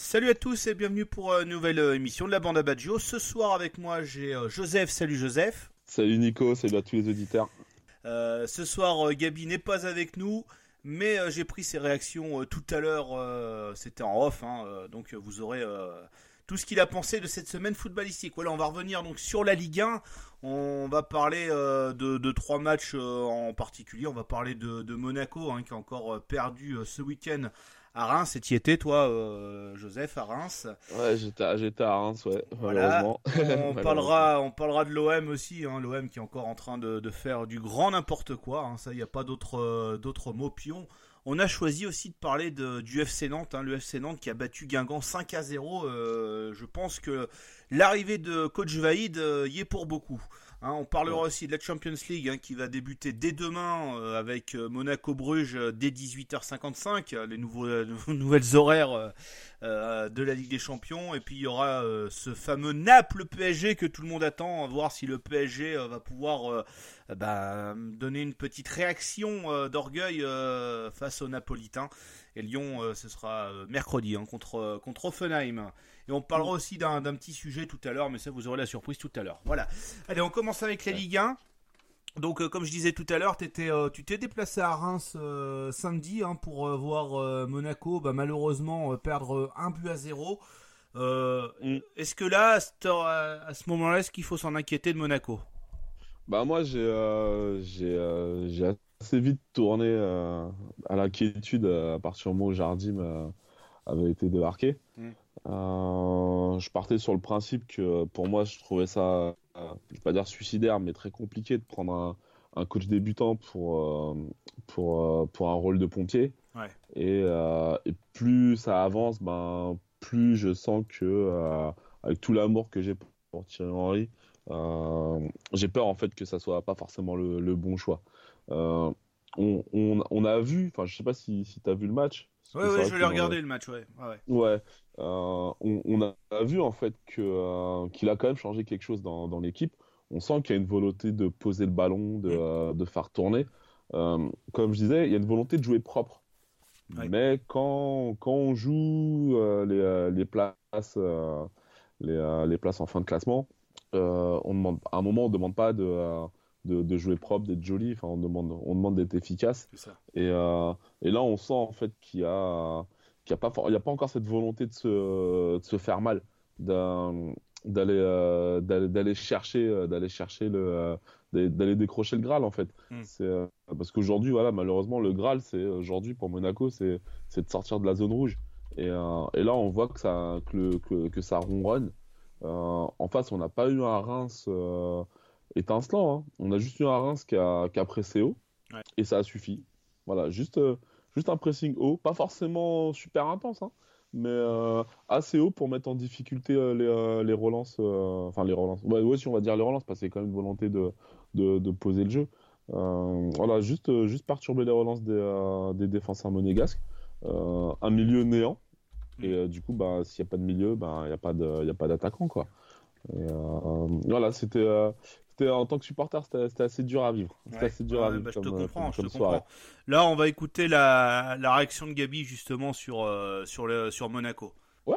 Salut à tous et bienvenue pour une nouvelle émission de la bande à Baggio. Ce soir avec moi j'ai Joseph. Salut Joseph. Salut Nico, salut à tous les auditeurs. Ce soir Gabi n'est pas avec nous, mais j'ai pris ses réactions tout à l'heure. C'était en off, hein, donc vous aurez tout ce qu'il a pensé de cette semaine footballistique. Voilà, on va revenir donc sur la Ligue 1. On va parler de trois matchs en particulier. On va parler de Monaco qui a encore perdu ce week-end à Reims. Et t'y étais toi, Joseph, à Reims. Ouais, j'étais à Reims, ouais, Voilà. malheureusement. On parlera de l'OM aussi, l'OM qui est encore en train de faire du grand n'importe quoi. Ça, il n'y a pas d'autres mots. Pion. On a choisi aussi de parler du FC Nantes, le FC Nantes qui a battu Guingamp 5-0. Je pense que l'arrivée de coach Vaïd y est pour beaucoup. On parlera aussi de la Champions League qui va débuter dès demain avec Monaco-Bruges dès 18h55, les nouvelles horaires de la Ligue des Champions. Et puis il y aura ce fameux Naples-PSG que tout le monde attend, voir si le PSG va pouvoir donner une petite réaction d'orgueil face aux Napolitains. Et Lyon, ce sera mercredi contre Offenheim. Et on parlera aussi d'un petit sujet tout à l'heure, mais ça vous aurez la surprise tout à l'heure. Voilà. Allez, on commence avec la Ligue 1. Donc, comme je disais tout à l'heure, tu t'es déplacé à Reims samedi pour voir Monaco, malheureusement perdre 1-0. Est-ce que là, à ce moment-là, est-ce qu'il faut s'en inquiéter de Monaco ? Bah moi j'ai assez vite tourné à l'inquiétude à partir du moment où Jardim avait été débarqué. Je partais sur le principe que pour moi je trouvais ça, je vais pas dire suicidaire, mais très compliqué de prendre un coach débutant pour un rôle de pompier. Ouais. Et plus ça avance, plus je sens que avec tout l'amour que j'ai pour Thierry Henry, j'ai peur en fait que ça soit pas forcément le bon choa. On a vu, enfin je sais pas si tu as vu le match. Ouais, je l'ai regardé le match, ouais. Ouais, on a vu en fait qu'il a quand même changé quelque chose dans l'équipe. On sent qu'il y a une volonté de poser le ballon, de faire tourner. Comme je disais, il y a une volonté de jouer propre. Ouais. Mais quand on joue les places, les places en fin de classement, on demande, à un moment, on ne demande pas de jouer propre, d'être joli. Enfin, on demande d'être efficace. C'est ça. Et là, on sent en fait qu'il y a il y a pas encore cette volonté de se faire mal, d'aller chercher, d'aller décrocher le Graal en fait. C'est parce qu'aujourd'hui, voilà, malheureusement, le Graal, c'est aujourd'hui pour Monaco, c'est de sortir de la zone rouge. Et là, on voit que ça ronronne. En face, on n'a pas eu un Reims étincelant. On a juste eu un Reims qui a pressé haut, et ça a suffi. Voilà, juste un pressing haut, pas forcément super intense, mais assez haut pour mettre en difficulté les relances. Enfin, les relances. Ouais, si on va dire les relances, parce qu'il y a quand même une volonté de poser le jeu. Voilà, juste perturber les relances des défenseurs monégasques. Un milieu néant. Et du coup, s'il n'y a pas de milieu, il n'y a pas d'attaquant, quoi. Et, voilà, c'était en tant que supporter, c'était assez dur à vivre. C'était assez dur à vivre. Je te comprends. Soirée. Là, on va écouter la réaction de Gabi justement sur Monaco. Ouais.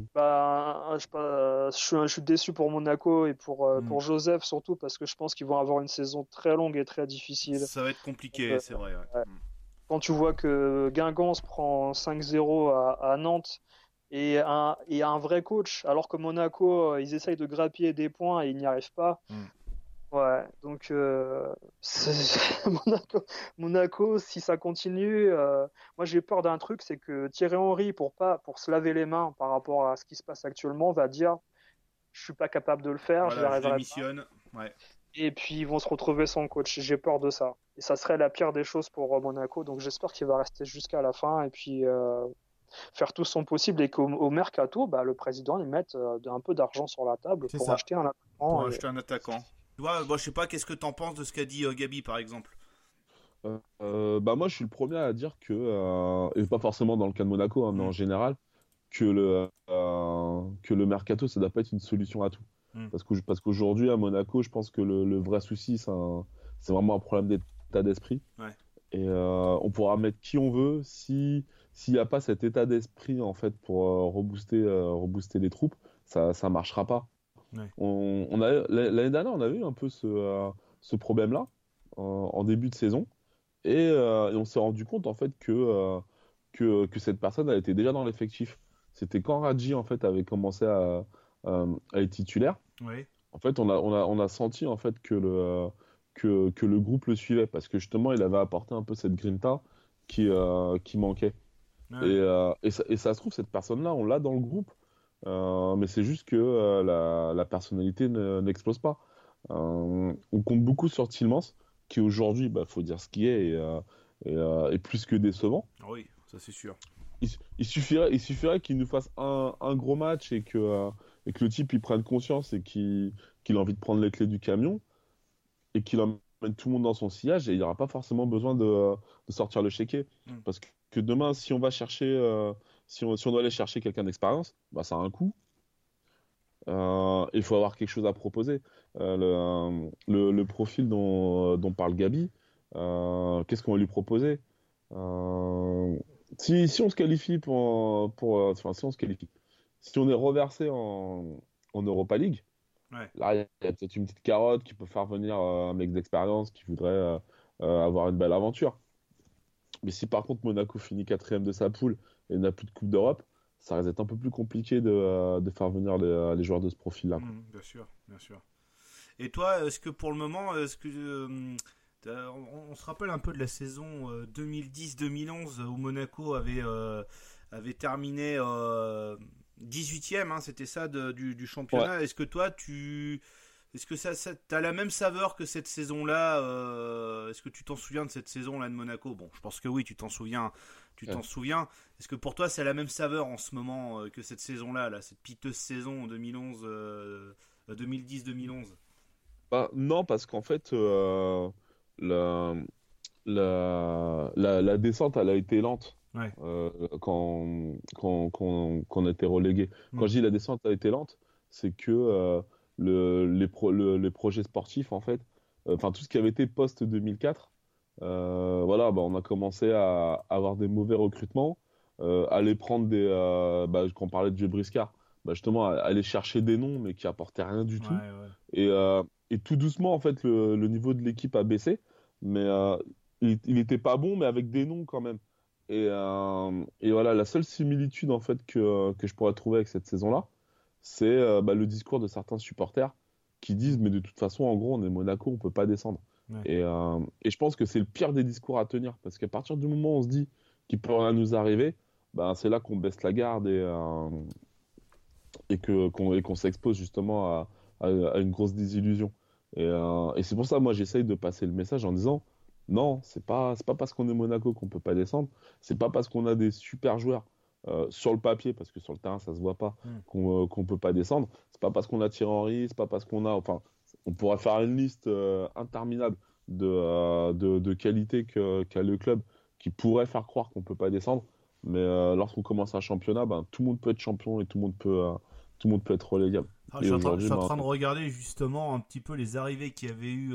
Je suis déçu pour Monaco et pour Joseph surtout parce que je pense qu'ils vont avoir une saison très longue et très difficile. Ça va être compliqué, c'est vrai. Ouais. Quand tu vois que Guingamp se prend 5-0 à Nantes et un vrai coach, alors que Monaco, ils essayent de grappiller des points et ils n'y arrivent pas. Ouais, donc Monaco, si ça continue, moi j'ai peur d'un truc, c'est que Thierry Henry, pour se laver les mains par rapport à ce qui se passe actuellement, va dire je suis pas capable de le faire, voilà, je arriverai démissionne. Ouais. Et puis ils vont se retrouver sans coach. J'ai peur de ça. Et ça serait la pire des choses pour Monaco. Donc j'espère qu'il va rester jusqu'à la fin et puis faire tout son possible et qu'au mercato, le président il mette un peu d'argent sur la table pour acheter un attaquant. Tu vois, je sais pas, qu'est-ce que t'en penses de ce qu'a dit Gabi par exemple? Moi je suis le premier à dire que, et pas forcément dans le cas de Monaco, mais en général, que le mercato ça doit pas être une solution à tout. Parce qu'aujourd'hui à Monaco, je pense que le vrai souci c'est vraiment un problème d'état d'esprit. Ouais. Et on pourra mettre qui on veut s'il n'y a pas cet état d'esprit en fait pour rebooster les troupes, ça marchera pas. Ouais. L'année dernière, on a eu un peu ce problème-là en début de saison et on s'est rendu compte en fait que cette personne elle était déjà dans l'effectif. C'était quand Radji en fait avait commencé à être titulaire. Ouais. En fait, on a senti en fait que le groupe le suivait parce que justement, il avait apporté un peu cette grinta qui manquait. Ah ouais. Et ça se trouve, cette personne-là, on l'a dans le groupe, mais c'est juste que la personnalité n'explose pas. On compte beaucoup sur Tillmans, qui aujourd'hui, bah, faut dire ce qui est, et plus que décevant. Ah oui, ça c'est sûr. Il suffirait qu'il nous fasse un gros match et que le type il prenne conscience et qu'il a envie de prendre les clés du camion et qu'il emmène tout le monde dans son sillage et il n'y aura pas forcément besoin de sortir le chéquier. Mm. Parce que demain, si on va chercher, si on doit aller chercher quelqu'un d'expérience, bah, ça a un coût. Il faut avoir quelque chose à proposer. Le profil dont parle Gabi, qu'est-ce qu'on va lui proposer? Euh, si on se qualifie enfin, si on se qualifie, si on est reversé en Europa League, Ouais. là, il y a peut-être une petite carotte qui peut faire venir un mec d'expérience qui voudrait avoir une belle aventure. Mais si par contre Monaco finit quatrième de sa poule et n'a plus de Coupe d'Europe, ça risque d'être un peu plus compliqué de faire venir les joueurs de ce profil-là, quoi. Bien sûr, bien sûr. Et toi, est-ce que pour le moment, on se rappelle un peu de la saison 2010-2011 où Monaco avait terminé 18e, hein, c'était ça du championnat. Ouais. Est-ce que toi, est-ce que ça t'as la même saveur que cette saison-là Est-ce que tu t'en souviens de cette saison-là de Monaco? Bon, je pense que oui, tu t'en souviens. Tu t'en Ouais. souviens. Est-ce que pour toi, c'est la même saveur en ce moment que cette saison-là, là, cette piteuse saison 2011, 2010-2011? Bah, non, parce qu'en fait, la, la descente, elle a été lente Ouais. quand on a été relégué. Quand Mm. je dis la descente a été lente, c'est que les projets sportifs, en fait, enfin tout ce qui avait été post 2004, voilà, bah, on a commencé à avoir des mauvais recrutements, aller prendre quand on parlait de Dieu Briscard, bah, justement, aller chercher des noms, mais qui apportaient rien du Ouais, tout. ouais. Et tout doucement, en fait, le niveau de l'équipe a baissé, mais il était pas bon, mais avec des noms quand même. Et voilà, la seule similitude en fait que je pourrais trouver avec cette saison-là, c'est bah, le discours de certains supporters qui disent, mais de toute façon, en gros, on est Monaco, on peut pas descendre. Ouais. Et je pense que c'est le pire des discours à tenir, parce qu'à partir du moment où on se dit qu'il peut rien nous arriver, ben, c'est là qu'on baisse la garde et qu'on s'expose justement à une grosse désillusion. Et c'est pour ça, moi, j'essaye de passer le message en disant, non, c'est pas parce qu'on est Monaco qu'on peut pas descendre, c'est pas parce qu'on a des super joueurs sur le papier, parce que sur le terrain, ça se voit pas, Mm. qu'on peut pas descendre. C'est pas parce qu'on a Thierry Henry, c'est pas parce enfin, on pourrait faire une liste interminable de qualités qu'a le club qui pourrait faire croire qu'on peut pas descendre. Mais lorsqu'on commence un championnat, ben, tout le monde peut être champion et tout le monde peut être relégable. Ah, Et je aujourd'hui, suis en ben, train de regarder justement un petit peu les arrivées qu'il y avait eu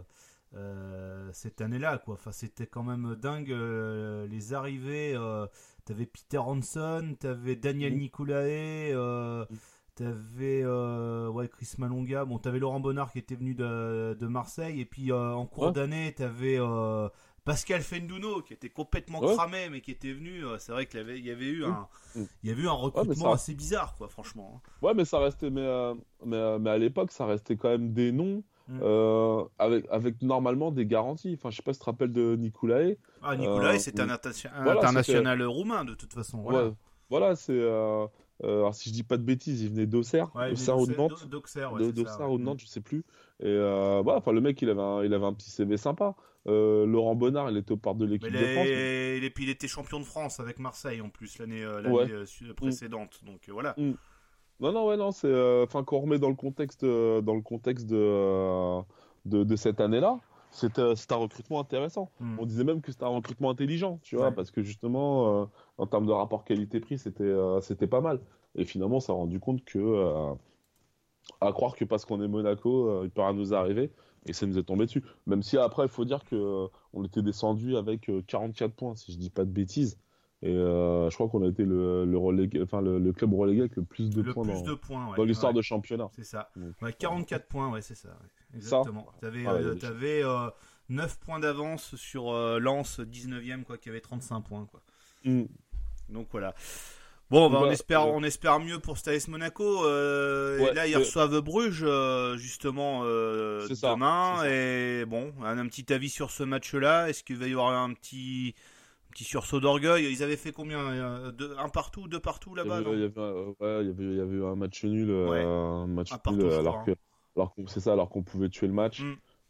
cette année-là, quoi. Enfin, c'était quand même dingue les arrivées. T'avais Peter Hanson, t'avais Daniel Mhm. Nicolae, t'avais ouais, Chris Malonga. Bon, t'avais Laurent Bonnard qui était venu de Marseille. Et puis en cours ouais, d'année, t'avais Pascal Fendouno qui était complètement ouais, cramé, mais qui était venu. C'est vrai qu'il y avait eu mhm. Mhm. il y avait eu un Ouais, mais recrutement assez bizarre, quoi, franchement, ouais, mais ça restait, mais à l'époque, ça restait quand même des noms hein. avec normalement des garanties. Enfin, je sais pas si tu te rappelles de Nicolae. Ah, Nicolae, Euh, c'est un voilà, c'était, international roumain, de toute façon, ouais, voilà. voilà, alors si je dis pas de bêtises, il venait d'Auxerre, Ouais, il venait Auxerre ou de Nantes, d'Auxerre, ouais, c'est ça, ouais. d'Auxerre ou de Nantes, je sais plus. Et voilà, enfin, le mec, il avait un petit CV sympa. Laurent Bonnard, il était aux portes de Mais l'équipe de France. et puis il était champion de France avec Marseille en plus l'année Ouais. Mm, précédente, donc voilà. mm. Non, non, ouais, non, enfin, quand on remet dans le contexte de cette année-là, c'est un recrutement intéressant. Hmm. On disait même que c'était un recrutement intelligent, tu vois, Ouais. parce que justement, en termes de rapport qualité-prix, c'était pas mal. Et finalement, on s'est rendu compte que À croire que parce qu'on est Monaco, il peut rien nous arriver. Et ça nous est tombé dessus. Même si après, il faut dire qu'on était descendu avec 44 points, si je dis pas de bêtises. Et je crois qu'on a été le club relégué avec le plus de points dans l'histoire de championnat. C'est ça. Donc, 44 points, ouais, c'est ça. Ouais. Exactement. Tu avais 9 points d'avance sur Lens, 19e, quoi, qui avait 35 points. Quoi. Donc voilà. Bon, on espère mieux pour Staes Monaco. Et là, ils reçoivent Bruges, justement, demain. Et bon, un petit avis sur ce match-là. Est-ce qu'il va y avoir un petit sursaut d'orgueil? Ils avaient fait combien? Un partout, deux partout là-bas? Il y avait eu un match nul. Un match nul alors qu'on pouvait tuer le match.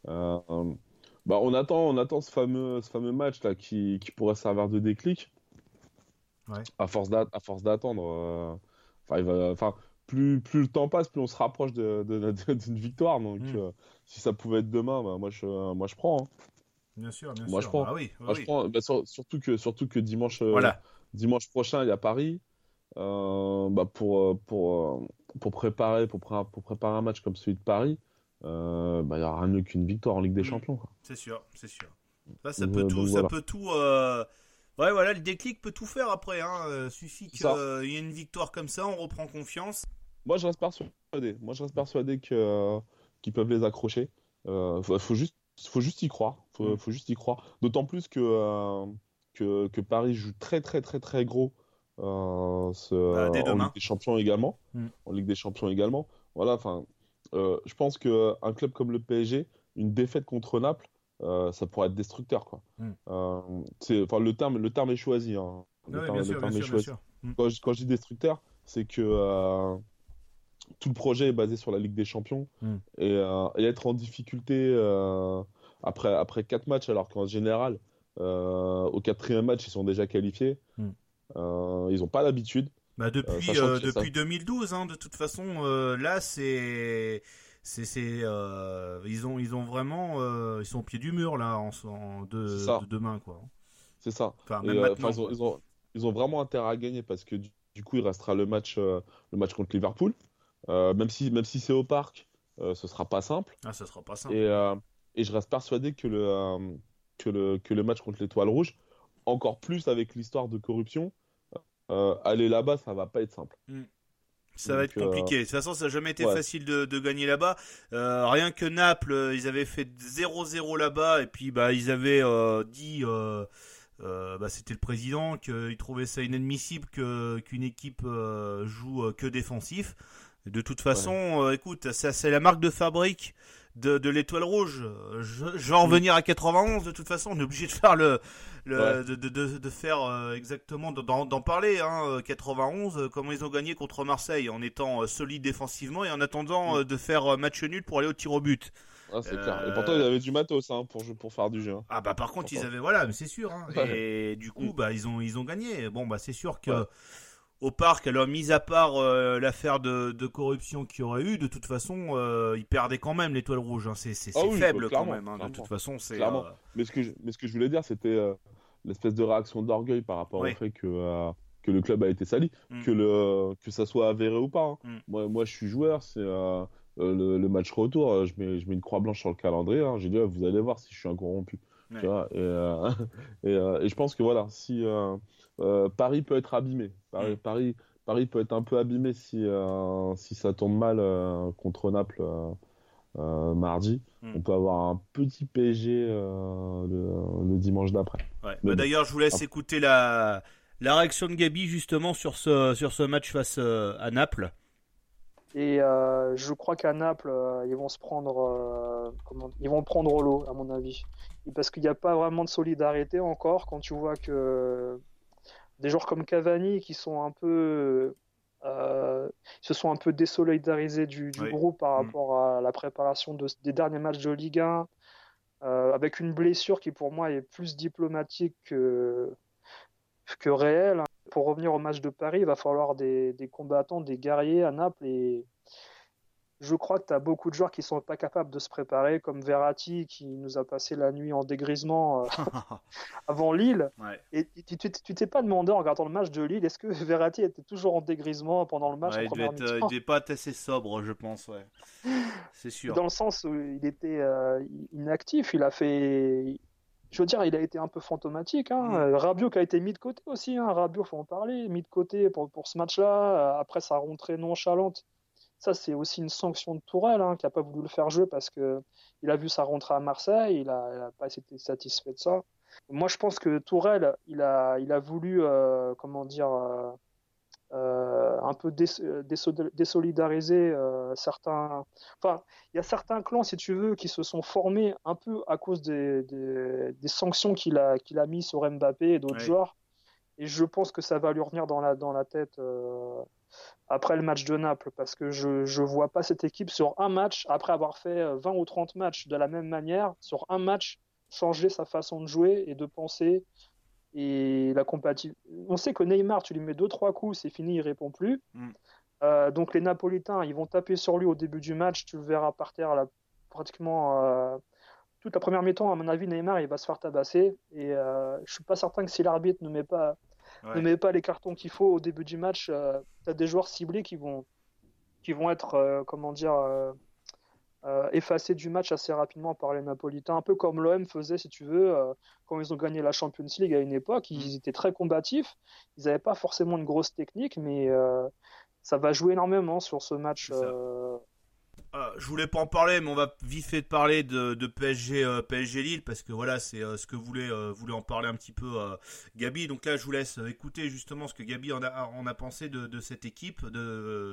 On attend ce fameux match là qui pourrait servir de déclic. Ouais. À force d'attendre, plus le temps passe, plus on se rapproche d'une victoire. Donc, si ça pouvait être demain, moi je prends. Hein. Bien sûr. Je prends. Ah oui. Je prends. Surtout que dimanche prochain, il y a Paris. Pour préparer un match comme celui de Paris, il y aura rien de mieux qu'une victoire en Ligue des Champions. Quoi. C'est sûr. Ça peut tout. Ouais, voilà, le déclic peut tout faire après. Suffit qu'il y ait une victoire comme ça, on reprend confiance. Moi, je reste persuadé qu'ils peuvent les accrocher. Faut juste y croire. Faut juste y croire. D'autant plus que Paris joue très, très, très, très gros en Ligue des Champions également. En Ligue des Champions également. Voilà, je pense qu'un club comme le PSG, une défaite contre Naples, ça pourrait être destructeur, quoi. Le terme est choisi. Hein. Bien sûr. Quand je dis destructeur, c'est que tout le projet est basé sur la Ligue des Champions et être en difficulté après 4 matchs, alors qu'en général, au 4e match, ils sont déjà qualifiés. Ils n'ont pas l'habitude. Depuis 2012, de toute façon, là, ils ont vraiment ils sont au pied du mur là de demain quoi. C'est ça. Ils ont vraiment intérêt à gagner parce que du coup il restera le match contre Liverpool. Même si c'est au parc, ce sera pas simple. Ça sera pas simple. Et je reste persuadé que le match contre l'Étoile Rouge, encore plus avec l'histoire de corruption, aller là-bas ça va pas être simple. Ça va être compliqué. De toute façon, ça n'a jamais été facile de gagner là-bas. Rien que Naples, ils avaient fait 0-0 là-bas. Et puis, ils avaient dit, c'était le président, qu'il trouvait ça inadmissible qu'une équipe joue que défensif. Et de toute façon, écoute, ça, c'est la marque de fabrique de l'Étoile Rouge. Je vais en revenir à 91. De toute façon, on est obligé de faire de faire exactement, d'en parler. 91, comment ils ont gagné contre Marseille en étant solides défensivement et en attendant de faire match nul pour aller au tir au but. C'est clair. Et pourtant, ils avaient du matos pour faire du jeu. Par contre, ils avaient, mais c'est sûr. Et du coup, ils ont gagné. Bon, c'est sûr que. Au parc, alors mis à part l'affaire de corruption qu'il y aurait eu, de toute façon, ils perdaient quand même l'Étoile Rouge. C'est faible quand même. De toute façon, c'est. Clairement. Mais ce que je voulais dire, c'était l'espèce de réaction d'orgueil par rapport au fait que le club a été sali, que ça soit avéré ou pas. Moi, je suis joueur. C'est le match retour. Je mets une croix blanche sur le calendrier. J'ai dit, vous allez voir si je suis un corrompu. Tu vois, et je pense que voilà, si Paris peut être abîmé, Paris peut être un peu abîmé si ça tourne mal contre Naples mardi. On peut avoir un petit PSG le dimanche d'après. D'ailleurs, je vous laisse écouter la réaction de Gabi justement sur ce match face à Naples. Et je crois qu'à Naples, ils vont se prendre, ils vont prendre l'eau, à mon avis. Et parce qu'il n'y a pas vraiment de solidarité encore. Quand tu vois que des joueurs comme Cavani qui sont un peu, se sont un peu désolidarisés du groupe par rapport à la préparation des derniers matchs de Ligue 1, avec une blessure qui pour moi est plus diplomatique que réelle. Pour revenir au match de Paris, il va falloir des combattants, des guerriers à Naples et je crois que tu as beaucoup de joueurs qui sont pas capables de se préparer, comme Verratti qui nous a passé la nuit en dégrisement avant Lille. Ouais. Et tu t'es pas demandé en regardant le match de Lille, est-ce que Verratti était toujours en dégrisement pendant le match en première mi-temps? Il devait pas être assez sobre, je pense, ouais. C'est sûr. Dans le sens où il était inactif, je veux dire, il a été un peu fantomatique. Rabiot qui a été mis de côté aussi. Rabiot, faut en parler, mis de côté pour ce match-là. Après sa rentrée nonchalante, ça c'est aussi une sanction de Tourelle qui n'a pas voulu le faire jouer parce que il a vu sa rentrée à Marseille, il a pas été satisfait de ça. Moi, je pense que Tourelle, il a voulu, un peu désolidariser certains. Enfin, il y a certains clans, si tu veux, qui se sont formés un peu à cause des sanctions qu'il a mis sur Mbappé et d'autres joueurs. Et je pense que ça va lui revenir dans la tête après le match de Naples, parce que je vois pas cette équipe sur un match, après avoir fait 20 ou 30 matchs de la même manière, sur un match, changer sa façon de jouer et de penser. Et la compatibilité. On sait que Neymar, tu lui mets 2-3 coups, c'est fini, il répond plus. Donc les Napolitains, ils vont taper sur lui au début du match. Tu le verras par terre là, pratiquement toute la première mi-temps. À mon avis, Neymar, il va se faire tabasser. Et je suis pas certain que si l'arbitre ne met pas les cartons qu'il faut au début du match, tu as des joueurs ciblés qui vont être effacés du match assez rapidement par les Napolitains, un peu comme l'OM faisait, si tu veux, quand ils ont gagné la Champions League à une époque. Ils étaient très combatifs, ils n'avaient pas forcément une grosse technique, mais ça va jouer énormément sur ce match. Je voulais pas en parler, mais on va vite fait parler de PSG Lille, parce que voilà, c'est ce que voulait en parler un petit peu Gabi. Donc là, je vous laisse écouter justement ce que Gabi en a pensé de cette équipe, de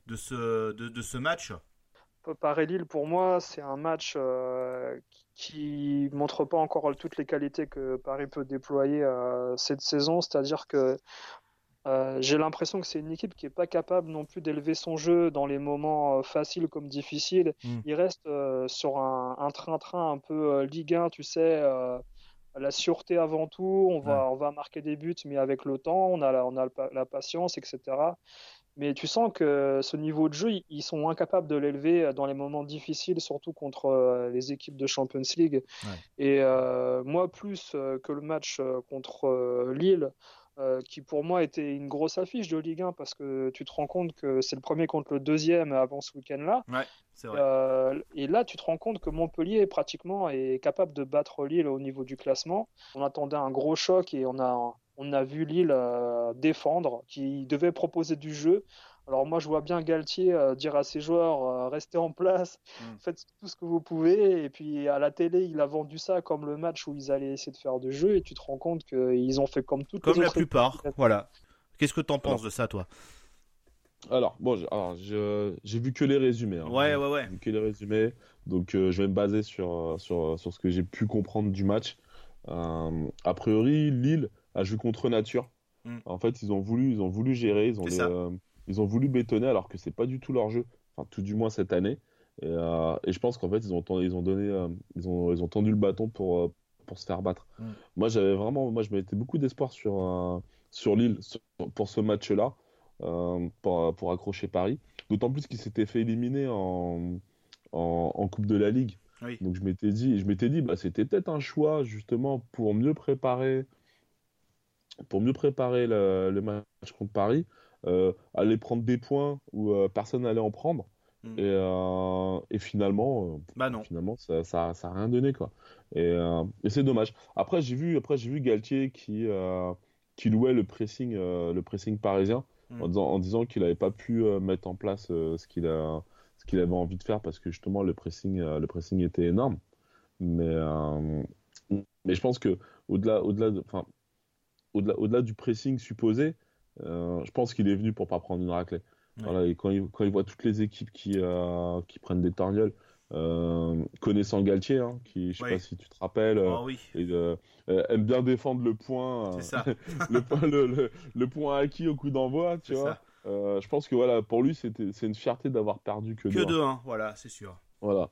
ce match. Paris-Lille, pour moi, c'est un match qui montre pas encore toutes les qualités que Paris peut déployer cette saison. C'est-à-dire que j'ai l'impression que c'est une équipe qui est pas capable non plus d'élever son jeu dans les moments faciles comme difficiles. Il reste sur un train-train un peu Ligue 1, tu sais, la sûreté avant tout. On va marquer des buts, mais avec le temps, on a la patience, etc. Mais tu sens que ce niveau de jeu, ils sont incapables de l'élever dans les moments difficiles, surtout contre les équipes de Champions League. Et moi, plus que le match contre Lille, qui pour moi était une grosse affiche de Ligue 1, parce que tu te rends compte que c'est le premier contre le deuxième avant ce week-end-là. Ouais, c'est vrai. Et là, tu te rends compte que Montpellier pratiquement est capable de battre Lille au niveau du classement. On attendait un gros choc et on a vu Lille défendre, qui devait proposer du jeu. Alors moi, je vois bien Galtier dire à ses joueurs, restez en place, faites tout ce que vous pouvez. Et puis à la télé, il a vendu ça comme le match où ils allaient essayer de faire du jeu. Et tu te rends compte qu'ils ont fait comme toutes les autres. Comme la plupart, voilà. Qu'est-ce que t'en penses de ça, toi? Alors, bon, j'ai vu que les résumés. Ouais. J'ai vu que les résumés. Donc, je vais me baser sur ce que j'ai pu comprendre du match. A priori, Lille a joué contre nature. En fait, ils ont voulu gérer, ils ont voulu bétonner, alors que c'est pas du tout leur jeu. Enfin, tout du moins cette année. Et je pense qu'en fait, ils ont tendu le bâton pour se faire battre. Moi, je mettais beaucoup d'espoir sur Lille pour ce match-là. Pour accrocher Paris, d'autant plus qu'il s'était fait éliminer en Coupe de la Ligue. Donc je m'étais dit c'était peut-être un choix justement pour mieux préparer le match contre Paris, aller prendre des points où personne n'allait en prendre. Et finalement, finalement ça a rien donné, quoi. Et c'est dommage. Après j'ai vu Galtier qui louait le pressing parisien, en disant qu'il n'avait pas pu mettre en place ce qu'il avait envie de faire, parce que justement le pressing était énorme. Mais je pense que au-delà du pressing supposé, je pense qu'il est venu pour pas prendre une raclée. Voilà, et quand il voit toutes les équipes qui prennent des torgnoles, connaissant Galtier, qui, je sais pas si tu te rappelles, aime bien défendre le point, c'est ça. le point acquis au coup d'envoi, tu vois. Je pense que voilà, pour lui, c'est une fierté d'avoir perdu que 2-1, voilà, c'est sûr. Voilà.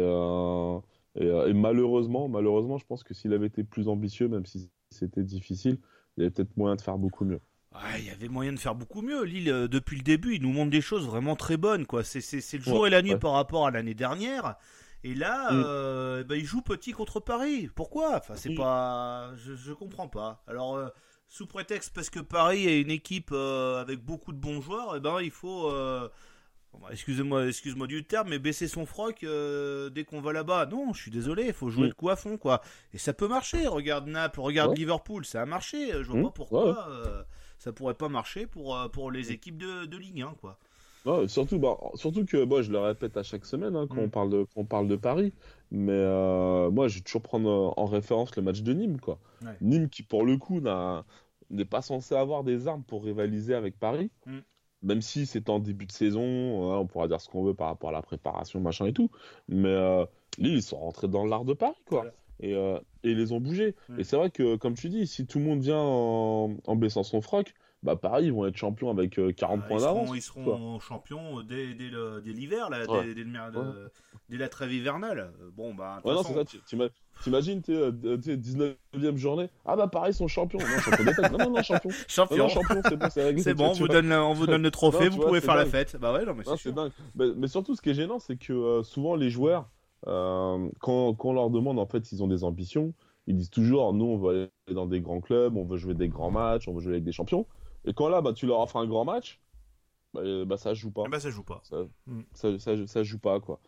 Et malheureusement, je pense que s'il avait été plus ambitieux, même si c'était difficile, il y avait peut-être moyen de faire beaucoup mieux. Il y avait moyen de faire beaucoup mieux. Lille, depuis le début, il nous montre des choses vraiment très bonnes, quoi. C'est le jour et la nuit par rapport à l'année dernière. Et là, il joue petit contre Paris. Pourquoi ? Enfin, c'est pas. Je comprends pas. Alors, sous prétexte parce que Paris est une équipe avec beaucoup de bons joueurs, il faut. Excuse-moi du terme, mais baisser son froc dès qu'on va là-bas. Non, je suis désolé, il faut jouer le coup à fond, quoi. Et ça peut marcher. Regarde Naples, regarde Liverpool, ça a marché. Je vois pas pourquoi ça pourrait pas marcher pour les équipes de Ligue 1, quoi. Ouais, surtout que moi, je le répète à chaque semaine quand on parle de Paris, mais moi, je vais toujours prendre en référence le match de Nîmes, quoi. Ouais. Nîmes qui, pour le coup, n'est pas censé avoir des armes pour rivaliser avec Paris. Même si c'est en début de saison, on pourra dire ce qu'on veut par rapport à la préparation, machin et tout. Mais Lille, ils sont rentrés dans l'art de Paris, quoi. Voilà. Et ils les ont bougés. Et c'est vrai que, comme tu dis, si tout le monde vient en baissant son froc, Paris, ils vont être champions avec 40 points d'avance. Ils seront champions dès l'hiver, là, dès la trêve hivernale. Bon, non, c'est ça. T'imagines, t'es 19e journée. Paris sont champions. Non, champion d'État. Non, champion. Champion. Non, champion, c'est réglé. C'est bon, on vous donne le trophée, vous pouvez faire la fête. C'est dingue. Mais surtout, ce qui est gênant, c'est que souvent, les joueurs, quand on leur demande, en fait, s'ils ont des ambitions, ils disent toujours, nous, on veut aller dans des grands clubs, on veut jouer des grands matchs, on veut jouer avec des champions. Et quand là, tu leur offres un grand match, ça joue pas. Ça joue pas. Ça joue pas, quoi.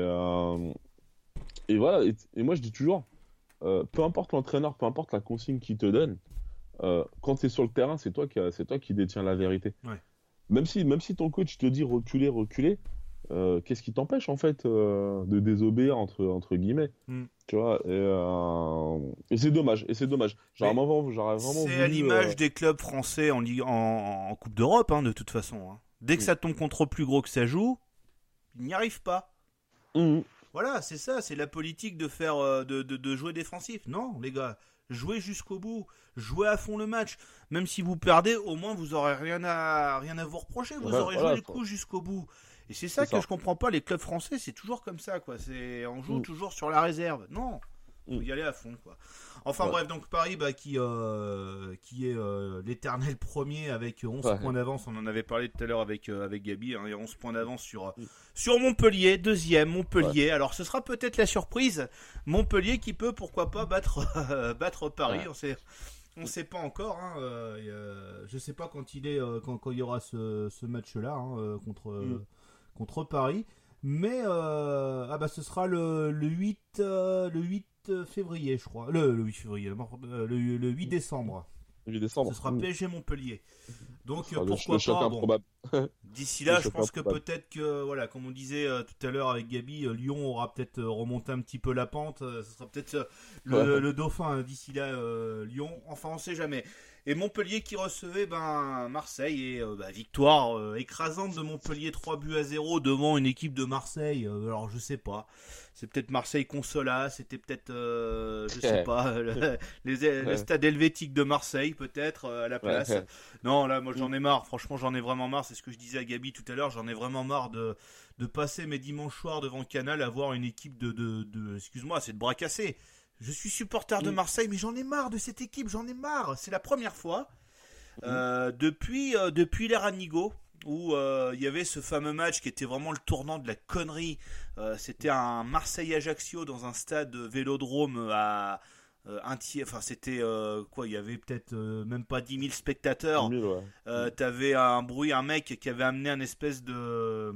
Et voilà. Et moi, je dis toujours, peu importe l'entraîneur, peu importe la consigne qu'il te donne, quand tu es sur le terrain, c'est toi qui détiens la vérité. Ouais. Même si ton coach te dit reculer, qu'est-ce qui t'empêche, en fait, de désobéir, entre guillemets. Tu vois, et c'est dommage. J'aurais vraiment c'est à l'image des clubs français en Coupe d'Europe, de toute façon. Dès que ça tombe contre plus gros que ça joue, ils n'y arrivent pas. Voilà, c'est ça, c'est la politique de faire de jouer défensif. Non, les gars, jouez jusqu'au bout, jouez à fond le match. Même si vous perdez, au moins vous aurez rien à vous reprocher. Vous aurez joué le coup jusqu'au bout. Et c'est ça que je comprends pas. Les clubs français, c'est toujours comme ça, quoi. On joue toujours sur la réserve. Non, faut y aller à fond, quoi. Enfin bref, donc Paris, qui est l'éternel premier avec 11 points d'avance. On en avait parlé tout à l'heure avec Gabi. Il y a 11 points d'avance sur Montpellier, deuxième Montpellier. Ouais. Alors ce sera peut-être la surprise. Montpellier qui peut, pourquoi pas, battre Paris. Ouais. On sait pas encore. Je sais pas quand il y aura ce match-là contre Paris. Mais ce sera le 8 février, je crois. Le 8 février, le 8 décembre. Le 8 décembre. Ce sera PSG Montpellier. Donc pourquoi pas. Improbable. D'ici là, je pense que peut-être que, voilà, comme on disait tout à l'heure avec Gabi, Lyon aura peut-être remonté un petit peu la pente. Ce sera peut-être le dauphin d'ici là, Lyon. Enfin, on sait jamais. Et Montpellier qui recevait Marseille et victoire écrasante de Montpellier 3-0 devant une équipe de Marseille. Alors je sais pas, c'est peut-être Marseille Consola, c'était peut-être je sais pas le stade helvétique de Marseille peut-être à la place. Non là moi j'en ai marre, franchement j'en ai vraiment marre, c'est ce que je disais à Gabi tout à l'heure, j'en ai vraiment marre de passer mes dimanches soirs devant Canal à voir une équipe de excuse-moi, c'est de bras cassés. Je suis supporter de Marseille, mais j'en ai marre de cette équipe, j'en ai marre. C'est la première fois depuis l'ère Anigo où il y avait ce fameux match qui était vraiment le tournant de la connerie. C'était un Marseille-Ajaccio dans un stade Vélodrome à un tiers. Enfin, c'était il y avait peut-être même pas 10 000 spectateurs. 10 000, ouais. T'avais un mec qui avait amené un espèce de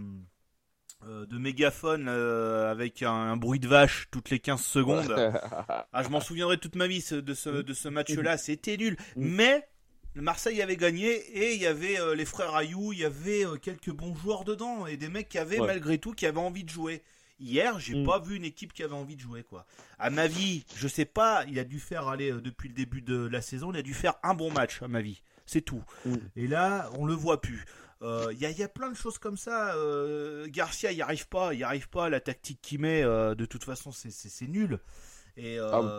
mégaphone avec un bruit de vache toutes les 15 secondes. Je m'en souviendrai toute ma vie de ce match-là. C'était nul. Mais Marseille avait gagné et il y avait les frères Ayou, il y avait quelques bons joueurs dedans et des mecs qui avaient malgré tout qui avaient envie de jouer. Hier, j'ai pas vu une équipe qui avait envie de jouer, quoi. À ma vie, je sais pas, il a dû faire depuis le début de la saison, il a dû faire un bon match à ma vie. C'est tout. Et là, on le voit plus. Il y a plein de choses comme ça. Garcia, il arrive pas. La tactique qu'il met, de toute façon, c'est nul. Et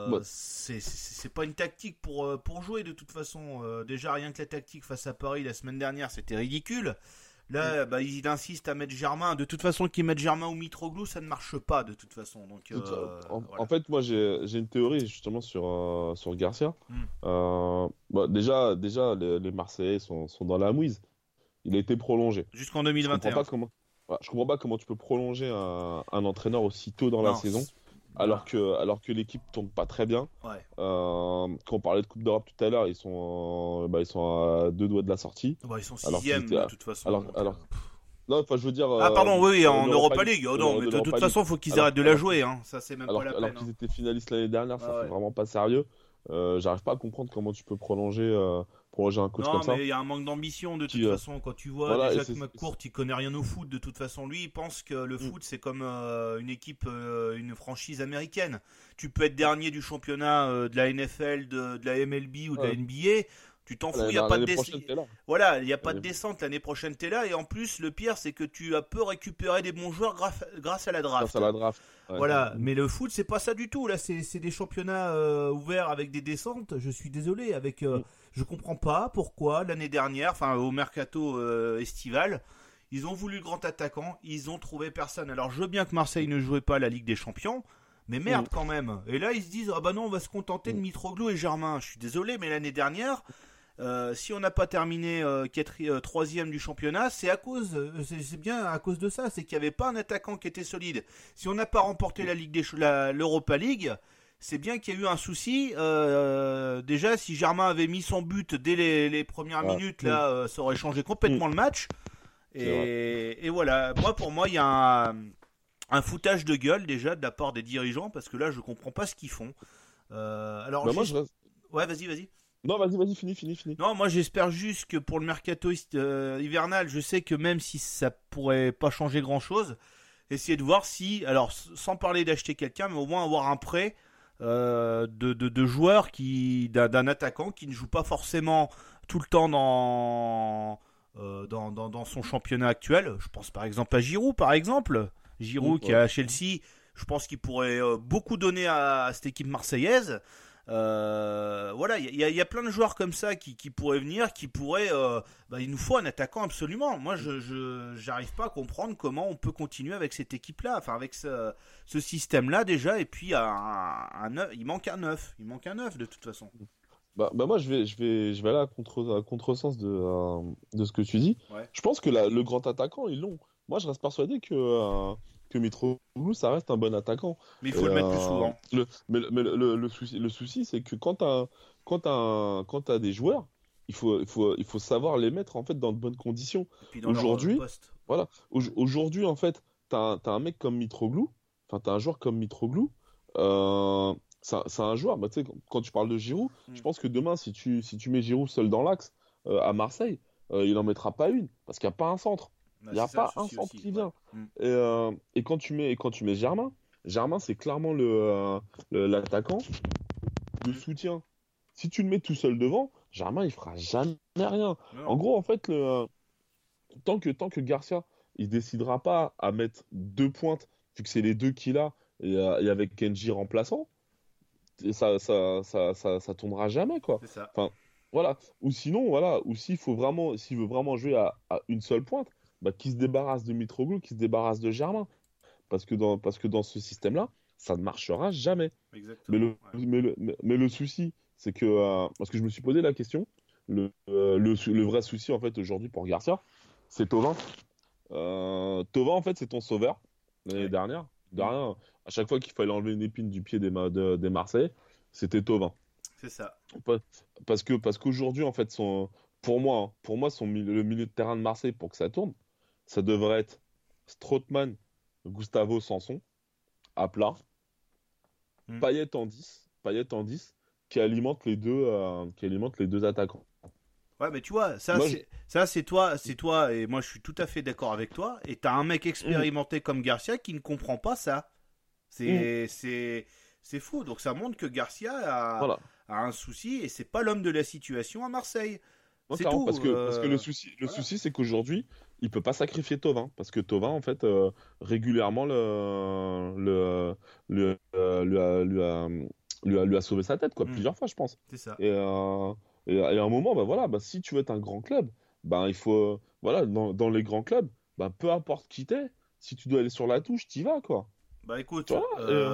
c'est pas une tactique pour jouer de toute façon. Déjà rien que la tactique face à Paris la semaine dernière, c'était ridicule. Là, il insiste à mettre Germain. De toute façon, qu'ils mettent Germain ou Mitroglou, ça ne marche pas de toute façon. Donc, voilà. En fait, moi, j'ai une théorie justement sur Garcia. Déjà, les Marseillais sont dans la mouise. Il a été prolongé. Jusqu'en 2021. Je comprends pas comment tu peux prolonger un entraîneur aussi tôt dans la saison. Alors que l'équipe tourne pas très bien. Ouais. Quand on parlait de Coupe d'Europe tout à l'heure, ils sont à 2 doigts de la sortie. Ils sont 6e de toute façon. Non, enfin, je veux dire. Pardon, oui, en Europa League. Non, mais de toute façon, il faut qu'ils arrêtent de la jouer. Hein. Ça, c'est même pas la peine. Alors qu'ils étaient finalistes l'année dernière, ça fait vraiment pas sérieux. J'arrive pas à comprendre comment tu peux prolonger un coach comme ça. Non, mais il y a un manque d'ambition de toute façon. Quand tu vois Jacques McCourt, il connaît rien au foot de toute façon. Lui, il pense que le foot, c'est comme une équipe, une franchise américaine. Tu peux être dernier du championnat de la NFL, de la MLB ou de la NBA. Tu t'en fous, il n'y a pas de descente. Voilà, il n'y a pas de descente. L'année prochaine, tu es là. Et en plus, le pire, c'est que tu peux récupérer des bons joueurs grâce à la draft. Grâce à la draft. Ouais. Voilà, mais le foot, c'est pas ça du tout. Là, c'est des championnats ouverts avec des descentes. Je suis désolé. Je comprends pas pourquoi l'année dernière, au mercato estival, ils ont voulu le grand attaquant. Ils ont trouvé personne. Alors, je veux bien que Marseille ne jouait pas la Ligue des Champions. Mais merde quand même. Et là, ils se disent, non, on va se contenter de Mitroglou et Germain. Je suis désolé, mais l'année dernière... si on n'a pas terminé 3e du championnat, c'est bien à cause de ça, c'est qu'il n'y avait pas un attaquant qui était solide. Si on n'a pas remporté l'Europa League, c'est bien qu'il y a eu un souci. Déjà, si Germain avait mis son but dès les premières minutes, là, ça aurait changé complètement le match. Et voilà, pour moi, il y a un foutage de gueule déjà de la part des dirigeants, parce que là, je comprends pas ce qu'ils font. Ouais, vas-y. Non, vas-y, finis. Non, moi j'espère juste que pour le mercato hivernal, je sais que même si ça pourrait pas changer grand-chose, essayer de voir si, alors sans parler d'acheter quelqu'un, mais au moins avoir un prêt de joueurs d'un attaquant qui ne joue pas forcément tout le temps dans son championnat actuel. Je pense par exemple à Giroud, qui est à Chelsea. Je pense qu'il pourrait beaucoup donner à cette équipe marseillaise. Voilà, il y a plein de joueurs comme ça qui pourraient venir, il nous faut un attaquant absolument. Moi, je j'arrive pas à comprendre comment on peut continuer avec cette équipe-là, avec ce système-là déjà. Et puis il manque un neuf de toute façon. Moi, je vais aller à contresens de ce que tu dis. Ouais. Je pense que le grand attaquant, ils l'ont. Moi, je reste persuadé que Mitroglou, ça reste un bon attaquant. Mais il faut le mettre plus souvent. Le souci, c'est que quand t'as des joueurs, il faut savoir les mettre en fait dans de bonnes conditions. Aujourd'hui, en fait, t'as un mec comme Mitroglou, t'as un joueur comme Mitroglou. C'est un joueur. Tu sais, quand tu parles de Giroud, je pense que demain, si tu mets Giroud seul dans l'axe à Marseille, il n'en mettra pas une parce qu'il n'y a pas un centre. Il n'y a pas un centre qui vient. Et quand tu mets Germain, c'est clairement l'attaquant de soutien. Si tu le mets tout seul devant, Germain, il fera jamais rien. Non. En gros, en fait, tant que Garcia, il décidera pas à mettre 2 pointes, vu que c'est les 2 qu'il a, et avec Kenji remplaçant, ça tournera jamais, quoi. C'est ça. Voilà. Ou sinon, s'il veut vraiment jouer à une seule pointe, qu'il se débarrasse de Mitroglou, qu'il se débarrasse de Germain. Parce que dans ce système-là, ça ne marchera jamais. Exactement. Mais le souci, c'est que, parce que je me suis posé la question, le vrai souci, en fait, aujourd'hui pour Garcia, c'est Thauvin. Thauvin, en fait, c'est ton sauveur l'année dernière. De rien, à chaque fois qu'il fallait enlever une épine du pied des Marseillais, c'était Thauvin. C'est ça. Parce qu'aujourd'hui, en fait, pour moi, le milieu de terrain de Marseille, pour que ça tourne, ça devrait être Strootman, Gustavo Sanson, à plat, Payet en 10, qui alimente les deux attaquants. Ouais, mais tu vois, c'est toi, et moi je suis tout à fait d'accord avec toi, et t'as un mec expérimenté comme Garcia qui ne comprend pas ça. C'est fou, donc ça montre que Garcia a un souci, et c'est pas l'homme de la situation à Marseille. Non, c'est tout. Parce que le souci, c'est qu'aujourd'hui, il peut pas sacrifier Thauvin, parce que Thauvin, en fait, régulièrement lui a sauvé sa tête, quoi, plusieurs fois, je pense. C'est ça. Et à un moment, si tu veux être un grand club, il faut voilà, dans les grands clubs, bah, peu importe qui t'es, si tu dois aller sur la touche, t'y vas, quoi. Bah écoute, Tu vois,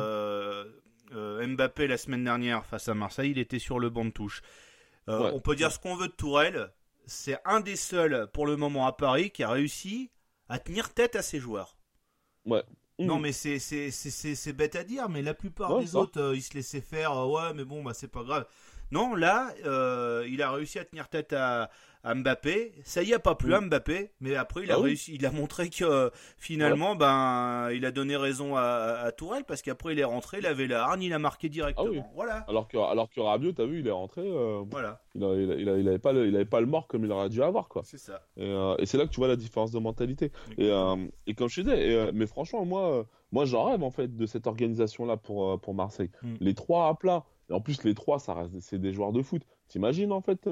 Mbappé la semaine dernière face à Marseille, il était sur le banc de touche. ouais, On peut dire ce qu'on veut de Tourelle, c'est un des seuls pour le moment à Paris qui a réussi à tenir tête à ses joueurs. ouais. Non mais c'est bête à dire, mais la plupart Ouais, des ça. autres, ils se laissaient faire, ouais mais bon, bah c'est pas grave. Non, là, il a réussi à tenir tête à Mbappé. Ça y a pas plu à Mbappé, mais après il a Ah oui. réussi, il a montré que Ouais. finalement, ben, il a donné raison à Tourelle parce qu'après il est rentré, il avait la hargne, il a marqué Ah oui. directement. Voilà, Alors que Rabiot, t'as vu, il est rentré, voilà, il avait pas le mort comme il aurait dû avoir, quoi. c'est ça. Et c'est là que tu vois la différence de mentalité. Exactement. Et comme je te disais, mais franchement, moi j'en rêve en fait de cette organisation-là pour Marseille. Mm. Les trois à plat, et en plus les trois, c'est des joueurs de foot. T'imagines en fait,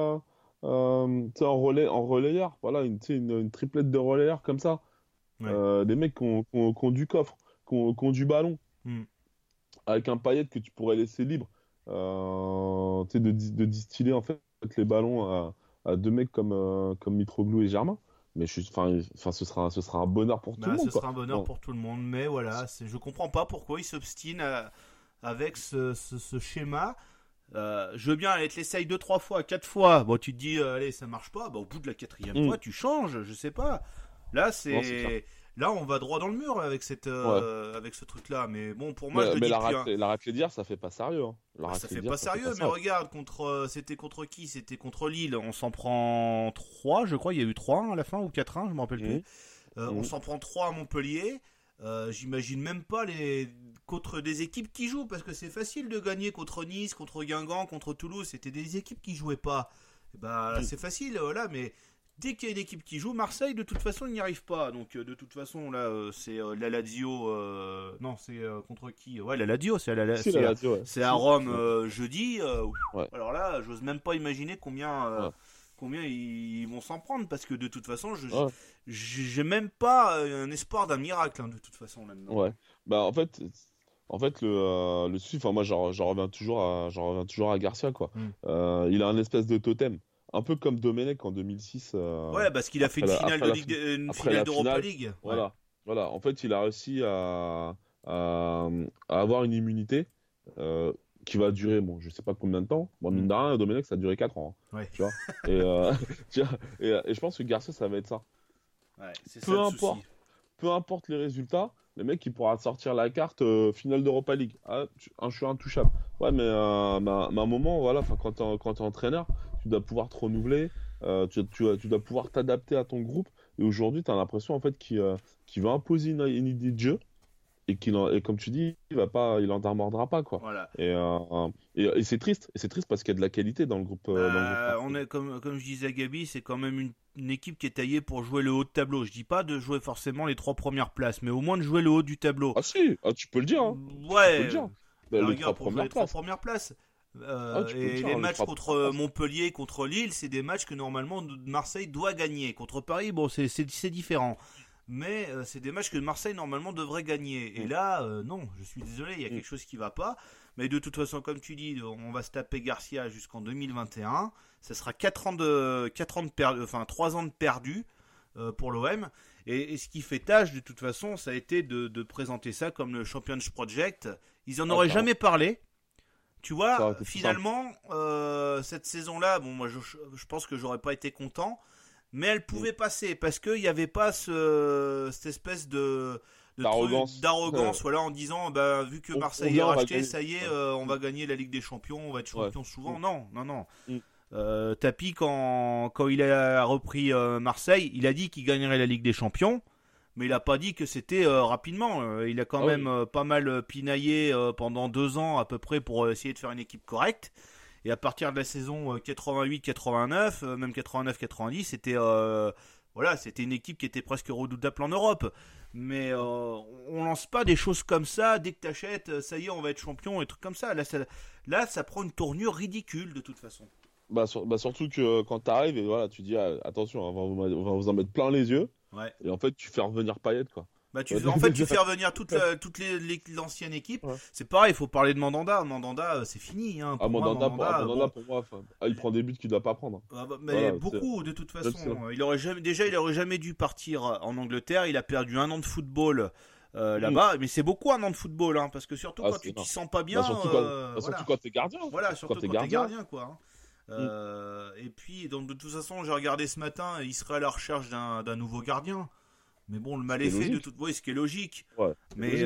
tu sais, en relayeur, voilà, tu sais, une triplette de relayeurs comme ça. Ouais. Des mecs qui ont du coffre, qui ont du ballon, Mm. avec un paillette que tu pourrais laisser libre, tu sais, de distiller en fait les ballons à deux mecs comme Mitroglou et Germain. Mais ce sera un bonheur pour tout le Bah, ce monde, quoi. sera un bonheur Non. pour tout le monde, mais voilà, je comprends pas pourquoi il s'obstine avec ce schéma. Je veux bien, allez, te l'essaye 2, 3 fois, 4 fois. Bon, tu te dis, allez, ça marche pas. Bah, au bout de la 4e Mm. fois, tu changes, je sais pas. Là, Non, c'est clair. là, on va droit dans le mur là, avec Ouais. avec ce truc-là. Mais bon, pour moi, je le Mais dis depuis un. la raclée d'hier, ça fait pas sérieux, hein. La Bah, ça raclée fait d'hier, pas ça fait sérieux, pas mais sérieux. regarde, c'était contre qui? C'était contre Lille. On s'en prend 3, je crois. Il y a eu 3 à la fin, ou 4-1, je me rappelle plus. Mm. On Mm. s'en prend 3 à Montpellier. J'imagine même pas contre des équipes qui jouent, parce que c'est facile de gagner contre Nice, contre Guingamp, contre Toulouse. C'était des équipes qui jouaient pas. Et bah, là, c'est facile, voilà, mais dès qu'il y a une équipe qui joue, Marseille, de toute façon, il n'y arrive pas. Donc, de toute façon, là, c'est la Lazio. Non, c'est contre qui? Ouais, la Lazio, Si, la radio, ouais. c'est à Si. Rome jeudi. Ouais. Alors là, j'ose même pas imaginer Ouais. combien ils vont s'en prendre, parce que de toute façon, Ouais. j'ai même pas un espoir d'un miracle, hein, de toute façon là-dedans. Ouais. Bah en fait le souci, enfin moi j'en reviens toujours à Garcia, quoi. Mm. Il a un espèce de totem, un peu comme Domenech en 2006. Ouais, parce qu'il a fait une finale après une après finale la d'Europa finale, League. Ouais. voilà, voilà. En fait, il a réussi à avoir une immunité qui va durer, bon, je sais pas combien de temps. Bon, mine de rien, Domenech, ça a duré 4 ans, hein, Ouais. tu vois. Et, tu vois, et je pense que Garcia, ça va être ça. Ouais, c'est ça Peu le importe. souci. Peu importe les résultats, le mec il pourra sortir la carte finale d'Europa League. Ah, je suis intouchable. Ouais, mais à un moment, voilà, quand t'es entraîneur, tu dois pouvoir te renouveler, tu dois pouvoir t'adapter à ton groupe. Et aujourd'hui, tu as l'impression en fait qu'il va imposer une idée de jeu et comme tu dis, il en mordra pas, quoi. Voilà. Et c'est triste. Et c'est triste parce qu'il y a de la qualité dans le groupe. Dans le groupe Bah, marseillais. on est comme je disais à Gabi, c'est quand même une équipe qui est taillée pour jouer le haut de tableau. Je dis pas de jouer forcément les 3 premières places, mais au moins de jouer le haut du tableau. Ah si, ah, tu peux le dire, hein. Tu peux Ouais. le dire. À Bah, la les rigueur, 3 pour jouer premières les 3 places. premières places. Tu peux le Et dire, les hein, matchs trois contre premières places. Montpellier, contre Lille, c'est des matchs que normalement Marseille doit gagner. Contre Paris, bon, c'est différent. Mais c'est des matchs que Marseille normalement devrait gagner. Et là, non, je suis désolé, il y a quelque chose qui va pas. Mais de toute façon, comme tu dis, on va se taper Garcia jusqu'en 2021. Ça sera 3 ans de perdu pour l'OM. Et ce qui fait tâche, de toute façon, ça a été de présenter ça comme le Champions Project. Ils en auraient clairement. jamais parlé. Tu Ça aurait vois, été plus finalement, cette sasaison-là, bon, moi, je pense que j'aurais pas été content, mais elle pouvait passer parce qu'il n'y avait pas cette espèce D'arrogance. d'arrogance, voilà, en disant, bah, vu que On Marseille est vient, on va racheté, gagner. ça y est, Ouais. on va gagner la Ligue des Champions, on va être champion souvent. Mm. Non, non, non. Mm. Tapi, quand il a repris Marseille, il a dit qu'il gagnerait la Ligue des Champions. Mais il a pas dit que c'était rapidement. Il a quand même pas mal pinaillé pendant 2 ans à peu près pour essayer de faire une équipe correcte. Et à partir de la saison 88-89, même 89-90, c'était une équipe qui était presque redoutable en Europe. Mais on lance pas des choses comme ça. Dès que t'achètes, ça y est, on va être champion et trucs comme ça. Là, ça prend une tournure ridicule de toute façon. Surtout que quand t'arrives et voilà, tu dis attention, on va vous en mettre plein les yeux. Ouais. Et en fait, tu fais revenir Payet, quoi. En fait, tu fais revenir toutes l'ancienne équipe. Ouais. C'est pareil, il faut parler de Mandanda. Mandanda, c'est fini. Hein. Mandanda, pour moi, il prend des buts qu'il ne doit pas prendre. Mais beaucoup, de toute façon. Il aurait jamais dû partir en Angleterre. Il a perdu 1 an de football là-bas. Mais c'est beaucoup 1 an de football, hein, parce que surtout quand tu t'y sens pas bien. Surtout quand t'es gardien. Voilà, surtout quand t'es gardien, quoi. Et puis, donc, de toute façon, j'ai regardé ce matin, il serait à la recherche d'un nouveau gardien. Mais bon, le mal est fait de toute façon, ce qui est logique. Ouais, mais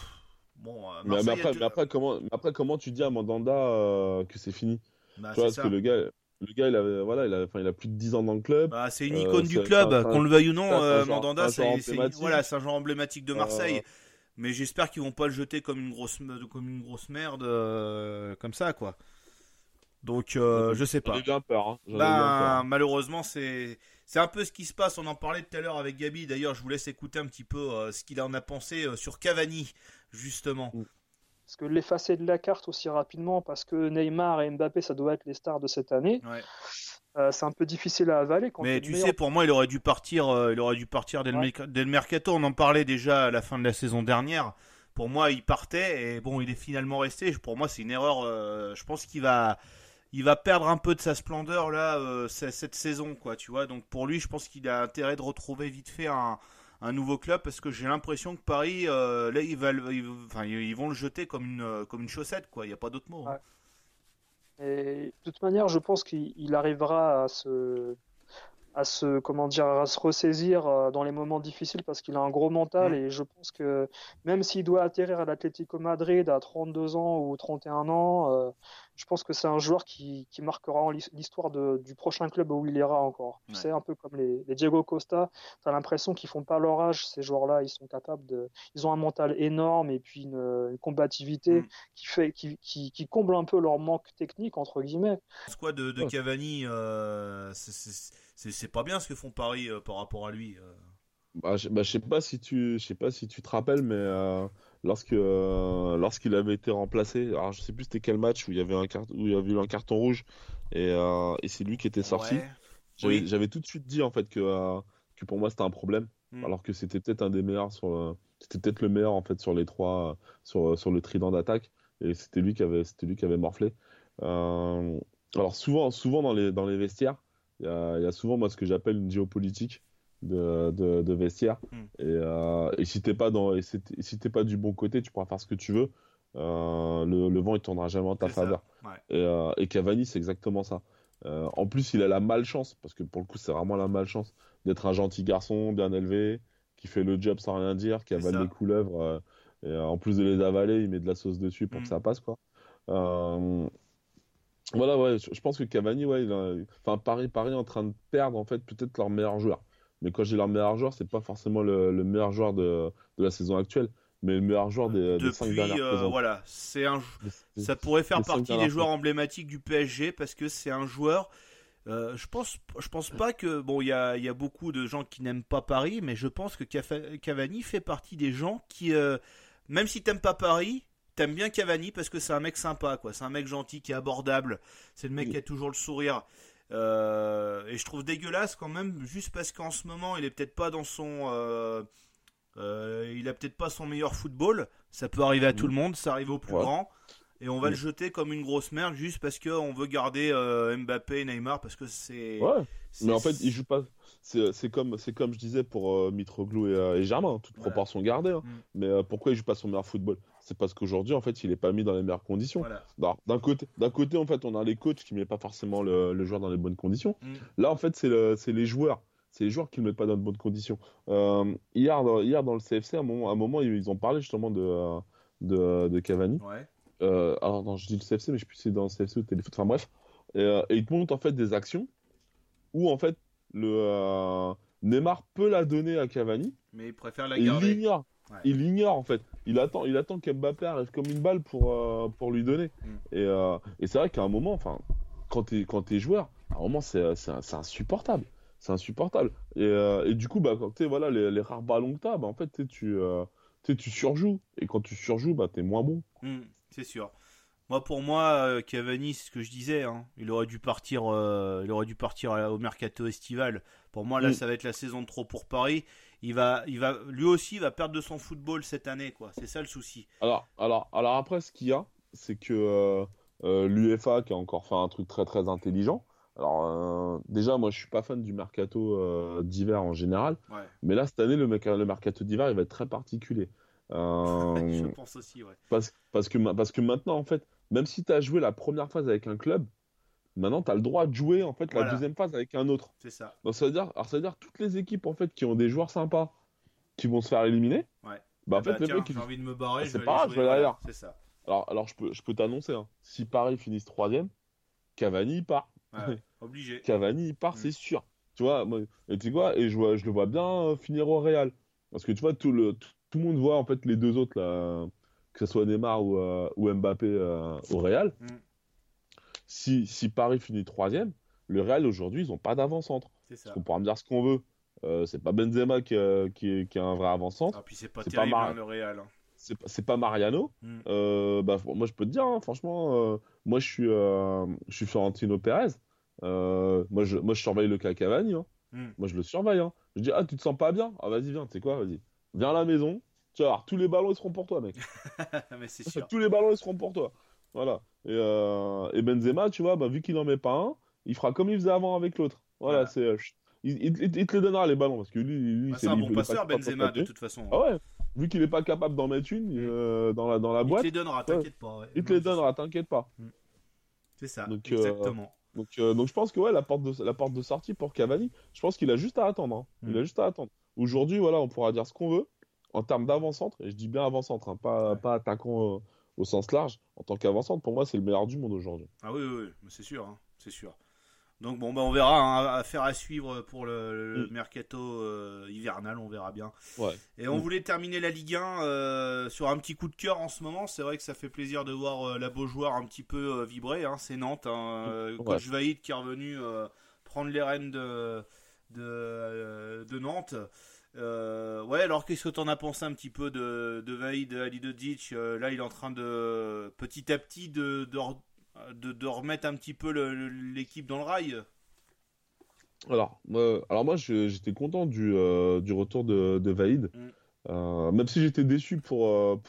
après, comment tu dis à Mandanda que c'est fini? Tu vois, parce que le gars, il a plus de 10 ans dans le club. C'est une icône du club, qu'on le veuille ou non. Mandanda, c'est un genre emblématique de Marseille. Mais j'espère qu'ils vont pas le jeter comme une grosse merde, comme ça, quoi. Donc, je sais pas. J'en ai bien peur. Hein. Malheureusement, c'est un peu ce qui se passe. On en parlait tout à l'heure avec Gabi. D'ailleurs, je vous laisse écouter un petit peu ce qu'il en a pensé sur Cavani, justement. Parce que l'effacer de la carte aussi rapidement, parce que Neymar et Mbappé, ça doit être les stars de cette année. Ouais. C'est un peu difficile à avaler. Mais tu sais, pour moi, il aurait dû partir dès le mercato. On en parlait déjà à la fin de la saison dernière. Pour moi, il partait et bon, il est finalement resté. Pour moi, c'est une erreur. Je pense qu'il va perdre un peu de sa splendeur là cette saison, quoi, tu vois. Donc pour lui, je pense qu'il a intérêt de retrouver vite fait un nouveau club, parce que j'ai l'impression que Paris là ils vont le jeter comme une chaussette, quoi. Il n'y a pas d'autre mot. Ouais. Et de toute manière, je pense qu'il arrivera à se ressaisir dans les moments difficiles, parce qu'il a un gros mental. Et je pense que même s'il doit atterrir à l'Atlético Madrid à 32 ans ou 31 ans, je pense que c'est un joueur qui marquera l'histoire du prochain club où il ira encore. Ouais. C'est un peu comme les Diego Costa. Tu as l'impression qu'ils font pas leur âge, ces joueurs-là. Ils sont capables ils ont un mental énorme et puis une combativité qui comble un peu leur manque technique, entre guillemets. Le squad de Cavani, c'est pas bien ce que font Paris par rapport à lui. Je sais pas si tu te rappelles, mais lorsqu'il avait été remplacé, alors je sais plus c'était quel match où il y avait eu un carton rouge et c'est lui qui était sorti. Ouais. J'avais tout de suite dit en fait que pour moi c'était un problème, alors que c'était peut-être un des meilleurs c'était peut-être le meilleur en fait sur les trois sur le trident d'attaque, et c'était lui qui avait morflé. Alors souvent dans les vestiaires, il y a souvent moi ce que j'appelle une géopolitique de vestiaire, et si t'es pas du bon côté, tu pourras faire ce que tu veux, le vent il tournera jamais en ta faveur. Ouais. Et Cavani, c'est exactement ça. En plus, il a la malchance, parce que pour le coup c'est vraiment la malchance d'être un gentil garçon bien élevé qui fait le job sans rien dire, qui avale les couleuvres, et en plus de les avaler, il met de la sauce dessus pour que ça passe, quoi. Voilà, ouais, je pense que Cavani, Paris est en train de perdre en fait peut-être leur meilleur joueur. Mais quand j'ai leur meilleur joueur, c'est pas forcément le meilleur joueur de la saison actuelle, mais le meilleur joueur des 5 dernières saisons. Voilà, ça pourrait faire partie des joueurs emblématiques du PSG, parce que c'est un joueur. Je pense pas que il y a beaucoup de gens qui n'aiment pas Paris, mais je pense que Cavani fait partie des gens qui, même si t'aimes pas Paris, t'aimes bien Cavani parce que c'est un mec sympa, quoi. C'est un mec gentil qui est abordable. C'est le mec qui a toujours le sourire. Et je trouve dégueulasse quand même, juste parce qu'en ce moment il est peut-être pas dans son il a peut-être pas son meilleur football. Ça peut arriver à tout le monde, ça arrive au plus grand, et on va le jeter comme une grosse merde juste parce qu'on veut garder Mbappé et Neymar, parce que c'est mais en fait il joue pas. C'est comme je disais pour Mitroglou et Germain, toute proportion gardée, hein. Mais pourquoi il joue pas son meilleur football? C'est parce qu'aujourd'hui en fait il est pas mis dans les meilleures conditions. Alors, d'un côté en fait on a les coachs qui mettent pas forcément le joueur dans les bonnes conditions. Là en fait c'est les joueurs. C'est les joueurs qui ne mettent pas dans de bonnes conditions. Hier dans le CFC, à un moment ils ont parlé justement de Cavani. Ouais. Alors non, je dis le CFC, mais je sais plus si c'est dans le CFC ou le téléfoot. Enfin bref. Et ils te montrent en fait des actions où en fait Neymar peut la donner à Cavani, mais il préfère la garder. Il l'ignore en fait. Il attend qu'Mbappé arrive comme une balle pour lui donner. Et c'est vrai qu'à un moment, enfin, quand t'es joueur, à un moment c'est insupportable. C'est insupportable. Et du coup, quand tu voilà les rares ballons que t'as, en fait tu surjoues. Et quand tu surjoues, t'es moins bon. C'est sûr. Pour moi, Cavani, c'est ce que je disais, hein, il aurait dû partir au mercato estival. Pour moi, là, ça va être la saison de trop pour Paris. lui aussi, il va perdre de son football cette année, quoi. C'est ça le souci. Alors après, ce qu'il y a, c'est que l'UEFA qui a encore fait un truc très très intelligent. Alors déjà, moi, je suis pas fan du mercato d'hiver en général, mais là cette année, le mercato d'hiver, il va être très particulier. Je pense aussi, ouais. Parce que maintenant, en fait, même si tu as joué la première phase avec un club, maintenant tu as le droit de jouer en fait la deuxième phase avec un autre. C'est ça. Donc ça veut dire toutes les équipes en fait qui ont des joueurs sympas qui vont se faire éliminer. En fait, les mecs, j'ai envie de me barrer, c'est pas grave, je vais aller ailleurs. C'est ça. Alors je peux t'annoncer, hein, si Paris finisse 3ème, Cavani il part. Obligé. Cavani il part, c'est sûr. Tu vois, moi, et tu sais quoi, et je le vois bien finir au Real. Parce que tu vois, tout le monde voit en fait les deux autres là, que ce soit Neymar ou Mbappé au Real. Si Paris finit 3ème, le Real aujourd'hui ils ont pas d'avant-centre. Parce qu'on pourra me dire ce qu'on veut. C'est pas Benzema qui est un vrai avant-centre. Ah, puis c'est pas terrible le Real. C'est pas Mariano. Moi je peux te dire, hein, franchement, moi je suis Florentino Pérez. Moi je surveille le cas Cavani. Hein. Moi je le surveille. Hein. Je dis, tu te sens pas bien? Ah vas-y, viens, tu sais quoi, vas-y. Viens à la maison. Tu vas voir, tous les ballons ils seront pour toi, mec. Mais c'est sûr. Tous les ballons ils seront pour toi. Voilà. Et Benzema, tu vois, vu qu'il en met pas un, il fera comme il faisait avant avec l'autre. Voilà, c'est. Il te les donnera les ballons parce que lui c'est un bon passeur, Benzema, de toute façon. Ah ouais, vu qu'il est pas capable d'en mettre une dans la boîte. Il te les donnera, t'inquiète pas. Il te les donnera, t'inquiète pas. C'est ça, exactement. Donc je pense que la porte de sortie pour Cavani, je pense qu'il a juste à attendre. Hein. Il a juste à attendre. Aujourd'hui, voilà, on pourra dire ce qu'on veut en termes d'avant-centre, et je dis bien avant-centre, hein, pas attaquant au sens large. En tant qu'avant-centre, pour moi, c'est le meilleur du monde aujourd'hui. Ah oui, c'est sûr, hein, c'est sûr. Donc bon, on verra, hein, affaire à suivre pour le mercato hivernal, on verra bien. Et on voulait terminer la Ligue 1 sur un petit coup de cœur en ce moment. C'est vrai que ça fait plaisir de voir la Beaujoire un petit peu vibrer. Hein. C'est Nantes, hein, coach Vaïd qui est revenu prendre les rênes de Nantes. Alors qu'est-ce que t'en as pensé un petit peu de Vaïd Halilhodžić? Là, il est en train de petit à petit de remettre un petit peu l'équipe dans le rail. Alors moi j'étais content du retour de Vaïd, même si j'étais déçu pour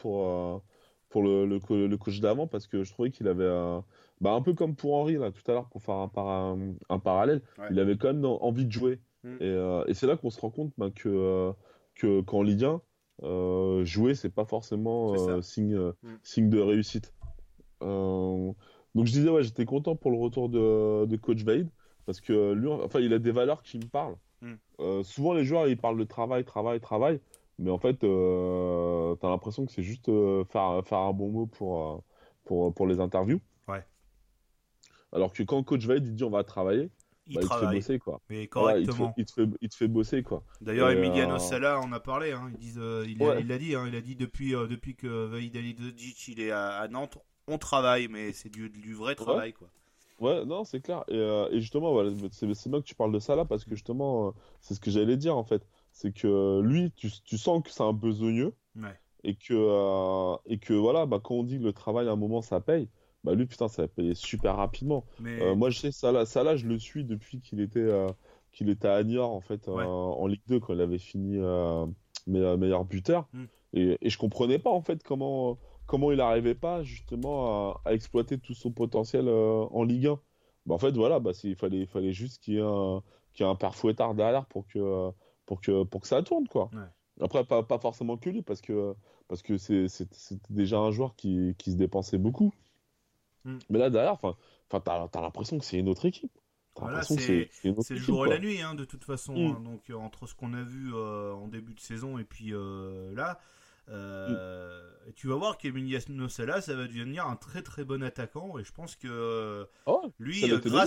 le coach d'avant, parce que je trouvais qu'il avait un peu comme pour Henry là tout à l'heure, pour faire un parallèle, il avait quand même envie de jouer. Et c'est là qu'on se rend compte que qu'en Ligue 1, jouer c'est pas forcément signe de réussite. Donc je disais, j'étais content pour le retour de coach Vaïd, parce que lui, il a des valeurs qui me parlent. Souvent les joueurs ils parlent de travail, mais en fait t'as l'impression que c'est juste faire un bon mot pour les interviews. Alors que quand coach Vaïd il dit on va travailler, il te fait bosser, quoi. Mais correctement. Il te fait bosser, quoi. D'ailleurs, Emiliano Sala en a parlé. Hein. Il l'a dit. Hein. Il a dit depuis que Vaïd Halilhodžić il est à Nantes, on travaille, mais c'est du vrai travail, quoi. Ouais, non, c'est clair. Et justement, voilà, c'est bien que tu parles de ça là, parce que justement, c'est ce que j'allais dire en fait. C'est que lui, tu sens que c'est un besogneux, et que voilà, quand on dit que le travail à un moment ça paye, lui, putain, ça va payer super rapidement. Moi, je sais, Salah, je le suis depuis qu'il était à Niort, en fait, en Ligue 2, quand il avait fini meilleur buteur. Et je comprenais pas, en fait, comment il n'arrivait pas, justement, à exploiter tout son potentiel en Ligue 1. En fait, voilà, il fallait juste qu'il y ait un père fouettard derrière pour que ça tourne, quoi. Après, pas forcément que lui, parce que c'est déjà un joueur qui se dépensait beaucoup. Mais là derrière, t'as l'impression que c'est une autre équipe. Voilà, c'est le jour et la nuit, hein, de toute façon. Hein, donc entre ce qu'on a vu en début de saison et puis là, tu vas voir qu'Emiliano Sala, ça va devenir un très très bon attaquant. Et je pense que lui,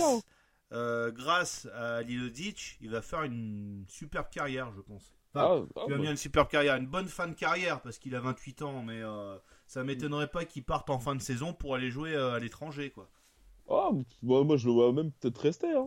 grâce à Halilhodžić, il va faire une superbe carrière, je pense. Il va devenir une superbe carrière, une bonne fin de carrière, parce qu'il a 28 ans, mais ça m'étonnerait pas qu'il parte en fin de saison pour aller jouer à l'étranger, quoi. Moi je le vois même peut-être rester. Hein.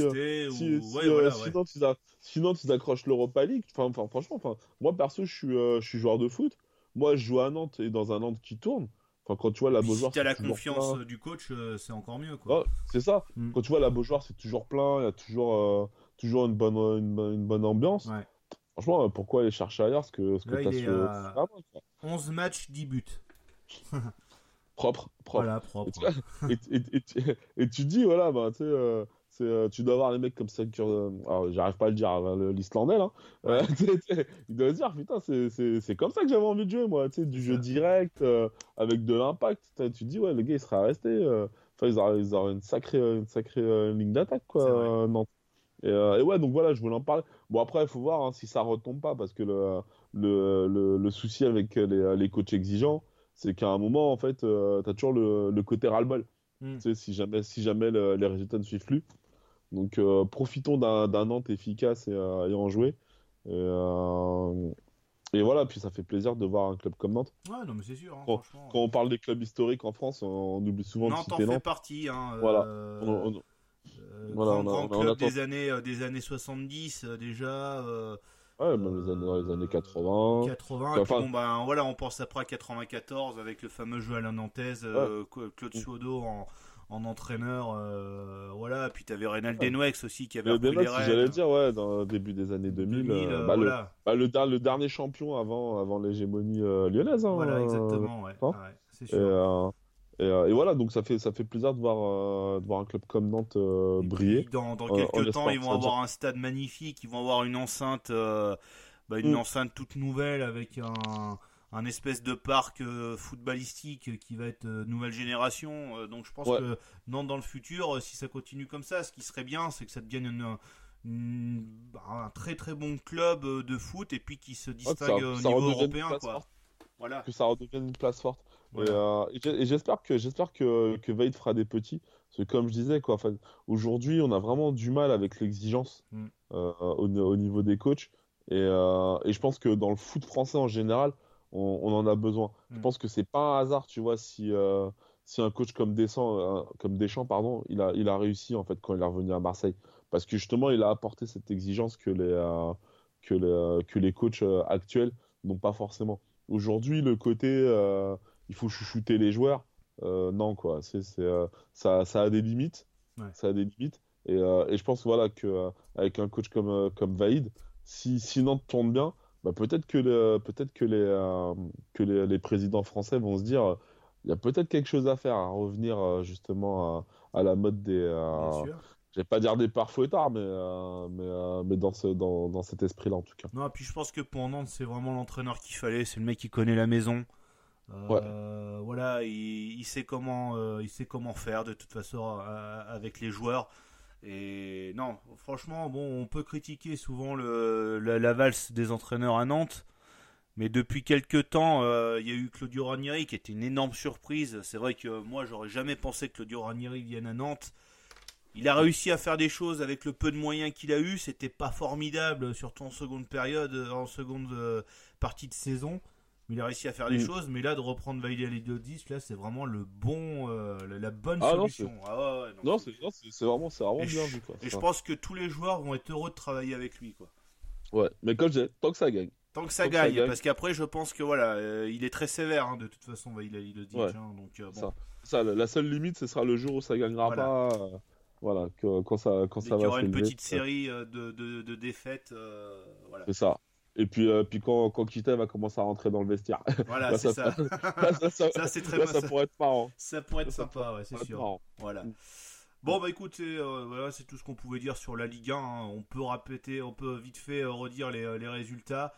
Sinon ils accrochent l'Europa League. Franchement, moi perso je suis joueur de foot. Moi je joue à Nantes et dans un Nantes qui tourne. Quand tu vois la Beaujoire, si t'as la confiance du coach, c'est encore mieux, quoi. C'est ça. Quand tu vois la Beaujoire, c'est toujours plein. Il y a toujours une bonne ambiance. Franchement, pourquoi aller chercher ailleurs ce que Là, t'as il est sur à la main, quoi. 11 matchs, 10 buts. Propre. Voilà, Et propre. tu, et tu dis, voilà, bah, tu sais, tu dois avoir les mecs comme ça, alors, j'arrive pas à le dire, hein, l'Islandais, là. Ouais. Il doit se dire, putain, c'est comme ça que j'avais envie de jouer, moi, tu sais, du C'est jeu ça. direct, avec de l'impact. Tu te dis, ouais, le gars, il serait resté. Enfin, ils auraient une sacrée ligne d'attaque, quoi, C'est vrai. Nantes. Et ouais, donc voilà, je voulais en parler. Bon, après, il faut voir hein, si ça retombe pas, parce que le souci avec les coachs exigeants, c'est qu'à un moment, en fait, tu as toujours le côté ras-le-bol. Hmm. Tu sais, si jamais les résultats ne suivent plus. Donc, profitons d'un Nantes efficace et enjoué. Et voilà, puis ça fait plaisir de voir un club comme Nantes. Ouais, non, mais c'est sûr, hein, Quand, franchement. quand on parle des clubs historiques en France, on oublie souvent de Nantes en citer fait Nantes. partie. Hein, Voilà. Voilà, grand on a club tendance. des années 70 déjà. Ouais, même dans les années 80. 80. Et puis Enfin, bon, ben voilà, on pense après à 94 avec le fameux jeu à la Nantaise, ouais. Claude Chaudeau en entraîneur. Voilà, puis t'avais Reynald Ouais. Denouex aussi qui avait Mais des repris les notes, si j'allais rênes. dire, ouais, dans le début des années 2000, 2000, bah, voilà. le dernier champion avant l'hégémonie lyonnaise. Voilà, Hein, exactement, ouais. hein. Ouais, c'est Et, sûr. et voilà, donc ça fait plaisir de voir un club comme Nantes Et puis briller. dans On quelques temps, espère ils que vont ça dure. avoir un stade magnifique, ils vont avoir une enceinte, une Mm. enceinte toute nouvelle avec un espèce de parc footballistique qui va être nouvelle génération. Donc je pense Ouais, que Nantes dans le futur, si ça continue comme ça, ce qui serait bien, c'est que ça devienne un très très bon club de foot et puis qui se ouais, que distingue au ça niveau redevienne une européen, place quoi. forte. Voilà, Que ça redevienne une place forte. Et, voilà. euh, et j'espère que Vaid fera des petits. Parce que comme je disais, quoi, enfin, aujourd'hui, on a vraiment du mal avec l'exigence Mm, au niveau des coachs. Et je pense que dans le foot français en général, on en a besoin. Je mm. pense que c'est pas un hasard, tu vois, si un coach comme Deschamps, pardon, il a réussi en fait quand il est revenu à Marseille. Parce que justement, il a apporté cette exigence que les coachs actuels n'ont pas forcément. Aujourd'hui, le côté il faut chouchouter les joueurs, non, quoi. Ça a des limites. Ouais. Ça a des limites. Et je pense voilà, avec un coach comme Vaïd, si Nantes tourne bien, bah, peut-être que les présidents français vont se dire il y a peut-être quelque chose à faire, à revenir justement à la mode Bien sûr. je vais pas dire des pères fouettards, mais dans cet esprit-là en tout cas. Non, puis je pense que pour Nantes, c'est vraiment l'entraîneur qu'il fallait. C'est le mec qui connaît la maison. Ouais, Voilà, il sait comment faire de toute façon avec les joueurs. Et non, franchement, bon, on peut critiquer souvent la valse des entraîneurs à Nantes, mais depuis quelques temps, il y a eu Claudio Ranieri qui était une énorme surprise. C'est vrai que moi, j'aurais jamais pensé que Claudio Ranieri vienne à Nantes. Il a réussi à faire des choses avec le peu de moyens qu'il a eu. C'était pas formidable, surtout en seconde période, en seconde partie de saison. Mais il a réussi à faire des Mm. choses. Mais là, de reprendre Valladolid, là, c'est vraiment la bonne Ah non, solution. Ah ouais, ouais, non, non, c'est vraiment et bien je, vu quoi. et je pense que tous les joueurs vont être heureux de travailler avec lui, quoi. Ouais, mais comme je disais, tant que ça gagne. Tant que ça Tant que ça gagne, gagne, parce qu'après, je pense que voilà, il est très sévère, hein, de toute façon, Valladolid, ouais, hein, donc c'est bon, la seule limite, ce sera le jour où ça gagnera voilà. pas. Voilà, quand Dès ça qu'il y va aura une s'élever. petite série de défaites, voilà. C'est ça. Et puis quand Kita va commencer à rentrer dans le vestiaire. Voilà, Là, c'est ça, ça. là, ça, Ça, c'est très là, mal. ça pourrait être marrant. Ça pourrait être Là, ça pourrait sympa, ouais, c'est être sûr. marrant. Voilà. Mm. Bon, bah écoutez, voilà, c'est tout ce qu'on pouvait dire sur la Ligue 1. Hein. On peut vite fait redire les résultats.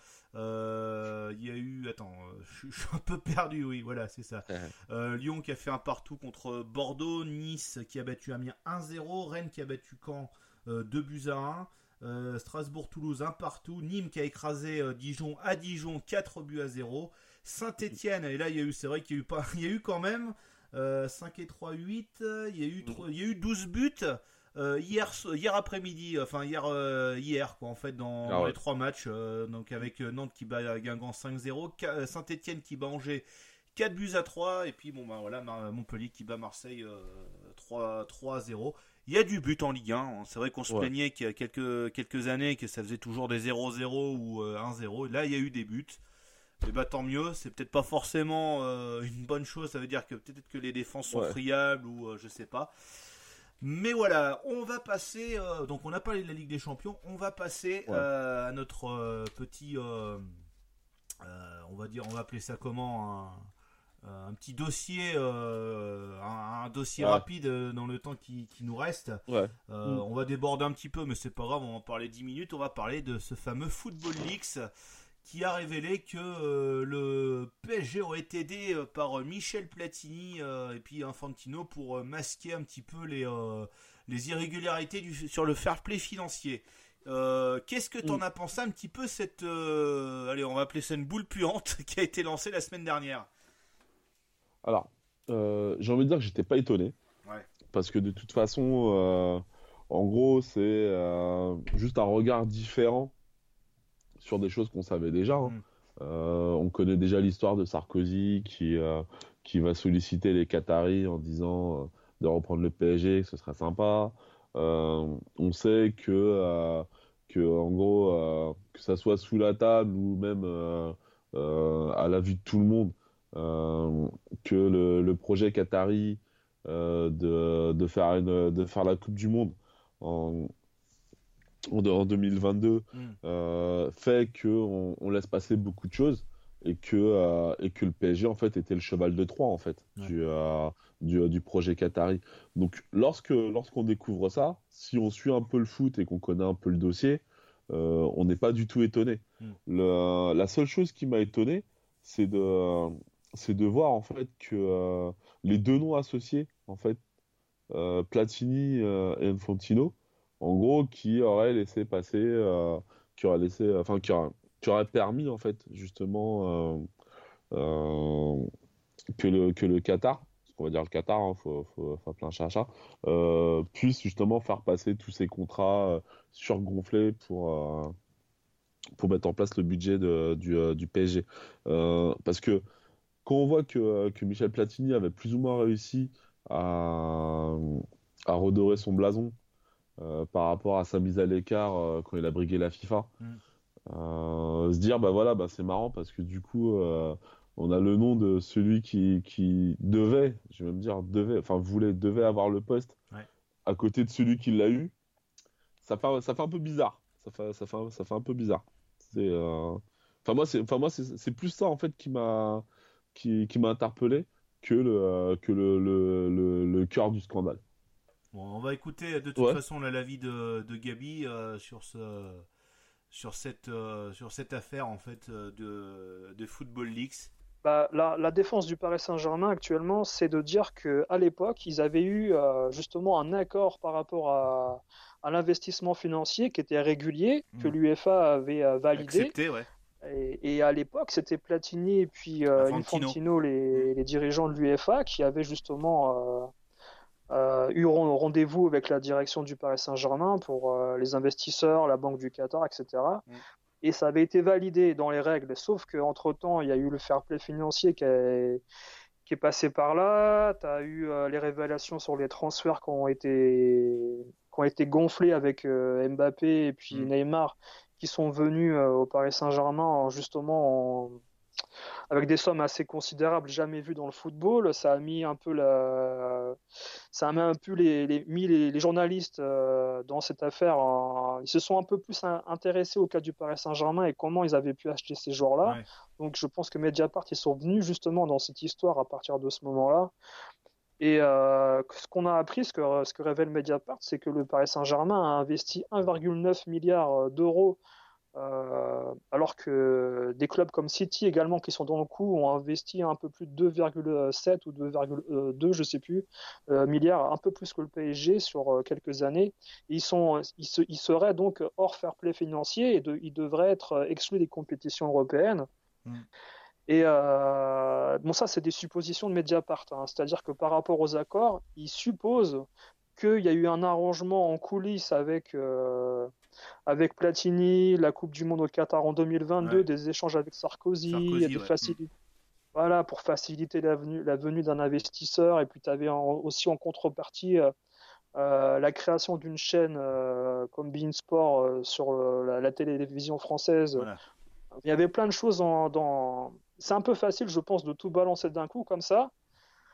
Il y a eu. Attends, je suis un peu perdu, oui, voilà, c'est ça. Lyon qui a fait un partout contre Bordeaux. Nice qui a battu Amiens 1-0. Rennes qui a battu Caen 2-1. Strasbourg-Toulouse 1 partout. Nîmes qui a écrasé Dijon à Dijon 4-0. Saint-Etienne, et là, c'est vrai qu'il y a eu, pas, il y a eu quand même 5 et 3, 8. Il y a eu 12 buts hier après-midi, enfin hier quoi, en fait, dans Ouais. les 3 matchs. Donc avec Nantes qui bat Guingamp 5-0, Saint-Etienne qui bat Angers 4-3, et puis bon, bah, voilà, Montpellier qui bat Marseille 3-0. Il y a du but en Ligue 1. C'est vrai qu'on se plaignait qu'il y a quelques années que ça faisait toujours des 0-0 ou 1-0. Là, il y a eu des buts. Et bah tant mieux, c'est peut-être pas forcément une bonne chose, ça veut dire que peut-être que les défenses sont friables ou je sais pas. Mais voilà, on va passer. Donc, on a parlé de la Ligue des Champions. On va passer à notre petit. On va appeler ça comment un petit dossier, un dossier rapide dans le temps qui nous reste. On va déborder un petit peu, mais c'est pas grave, on va en parler 10 minutes. On va parler de ce fameux Football Leaks qui a révélé que le PSG aurait été aidé par Michel Platini et puis Infantino pour masquer un petit peu les irrégularités sur le fair play financier. Qu'est-ce que t'en as pensé un petit peu cette allez, on va appeler ça une boule puante qui a été lancée la semaine dernière? Alors, j'ai envie de dire que j'étais pas étonné, parce que de toute façon, en gros, c'est juste un regard différent sur des choses qu'on savait déjà. On connaît déjà l'histoire de Sarkozy qui va solliciter les Qataris en disant de reprendre le PSG, que ce serait sympa. On sait que en gros, que ça soit sous la table ou même à la vue de tout le monde, que le projet qatari de faire la Coupe du Monde en 2022 fait qu'on laisse passer beaucoup de choses et que le PSG en fait était le cheval de Troie en fait du projet qatari. Donc lorsqu'on découvre ça, si on suit un peu le foot et qu'on connaît un peu le dossier, on n'est pas du tout étonné. La seule chose qui m'a étonné, c'est de voir en fait que les deux noms associés en fait, Platini et Infantino, en gros, qui auraient laissé passer, qui aurait permis en fait justement que le Qatar, parce qu'on va dire le Qatar, faut appeler un chat à chat, puisse justement faire passer tous ces contrats surgonflés pour mettre en place le budget du PSG. Parce que quand on voit que Michel Platini avait plus ou moins réussi à redorer son blason par rapport à sa mise à l'écart quand il a brigué la FIFA, se dire c'est marrant parce que du coup on a le nom de celui qui devait, je vais même dire devait avoir le poste à côté de celui qui l'a eu. Ça fait un peu bizarre. Ça fait un peu bizarre. Moi c'est plus ça en fait qui m'a interpellé que le cœur du scandale. Bon, on va écouter de toute façon l'avis de Gabi sur cette affaire en fait de Football Leaks. La défense du Paris Saint-Germain actuellement, c'est de dire qu'à l'époque, ils avaient eu justement un accord par rapport à l'investissement financier qui était régulier, que l'UEFA avait validé. Accepté, Et à l'époque, c'était Platini et puis Infantino, les dirigeants de l'UEFA, qui avaient justement eu rendez-vous avec la direction du Paris Saint-Germain pour les investisseurs, la Banque du Qatar, etc. Et ça avait été validé dans les règles, sauf qu'entre-temps, il y a eu le fair play financier qui est passé par là. Tu as eu les révélations sur les transferts qui ont été gonflés avec Mbappé et puis Neymar, qui sont venus au Paris Saint-Germain avec des sommes assez considérables, jamais vues dans le football. Ça a mis un peu les journalistes dans cette affaire. Ils se sont un peu plus intéressés au cas du Paris Saint-Germain et comment ils avaient pu acheter ces joueurs-là. Donc je pense que Mediapart, ils sont venus justement dans cette histoire à partir de ce moment-là. Et ce qu'on a appris, ce que révèle Mediapart, c'est que le Paris Saint-Germain a investi 1,9 milliard d'euros, alors que des clubs comme City également qui sont dans le coup ont investi un peu plus de 2,7 ou 2,2, je sais plus, milliards, un peu plus que le PSG sur quelques années. Et ils seraient donc hors fair play financier et ils devraient être exclus des compétitions européennes. Et ça c'est des suppositions de Mediapart, c'est-à-dire que par rapport aux accords, ils supposent qu'il y a eu un arrangement en coulisses avec Platini, la Coupe du Monde au Qatar en 2022, des échanges avec Sarkozy pour faciliter la venue d'un investisseur. Et puis tu avais aussi en contrepartie la création d'une chaîne comme beIN Sport sur la télévision française. Il y avait plein de choses c'est un peu facile, je pense, de tout balancer d'un coup comme ça.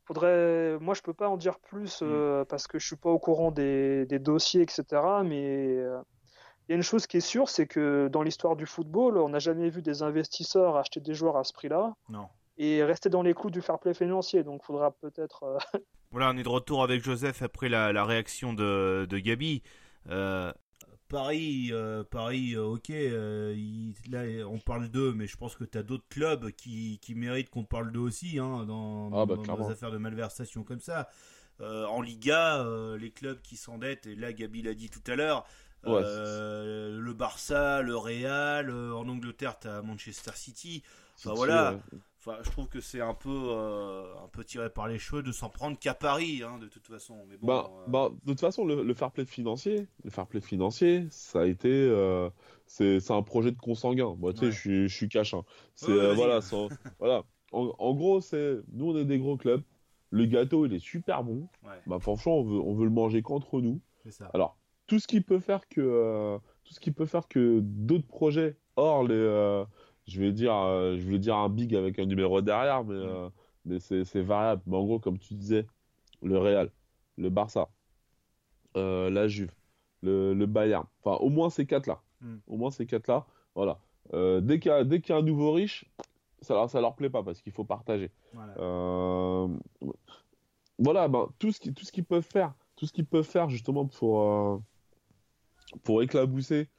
Moi, je peux pas en dire plus parce que je suis pas au courant des dossiers, etc. Mais il y a une chose qui est sûre, c'est que dans l'histoire du football, on n'a jamais vu des investisseurs acheter des joueurs à ce prix-là Non. et rester dans les clous du fair play financier. Donc, il faudra peut-être. Voilà, on est de retour avec Joseph après la réaction de Gabi. Paris, ok, là on parle d'eux, mais je pense que tu as d'autres clubs qui méritent qu'on parle d'eux aussi, hein, dans des affaires de malversation comme ça. En Liga, les clubs qui s'endettent, et là Gabi l'a dit tout à l'heure, le Barça, le Real, en Angleterre tu as Manchester City. Enfin voilà. Ouais. Enfin, je trouve que c'est un peu tiré par les cheveux de s'en prendre qu'à Paris, hein, de toute façon. Mais bon, de toute façon, le fair play financier, ça a été, c'est un projet de consanguin. Moi, tu sais, je suis cash. Hein. C'est voilà. En gros, nous, on est des gros clubs. Le gâteau, il est super bon. Ouais. Bah, franchement, on veut le manger qu'entre nous. C'est ça. Alors, tout ce qui peut faire que d'autres projets hors les je vais dire un big avec un numéro derrière, mais c'est variable. Mais en gros, comme tu disais, le Real, le Barça, la Juve, le Bayern, enfin au moins ces quatre-là. Voilà. Dès qu'il y a un nouveau riche, ça leur plaît pas parce qu'il faut partager. Voilà, tout ce qu'ils peuvent faire justement pour éclabousser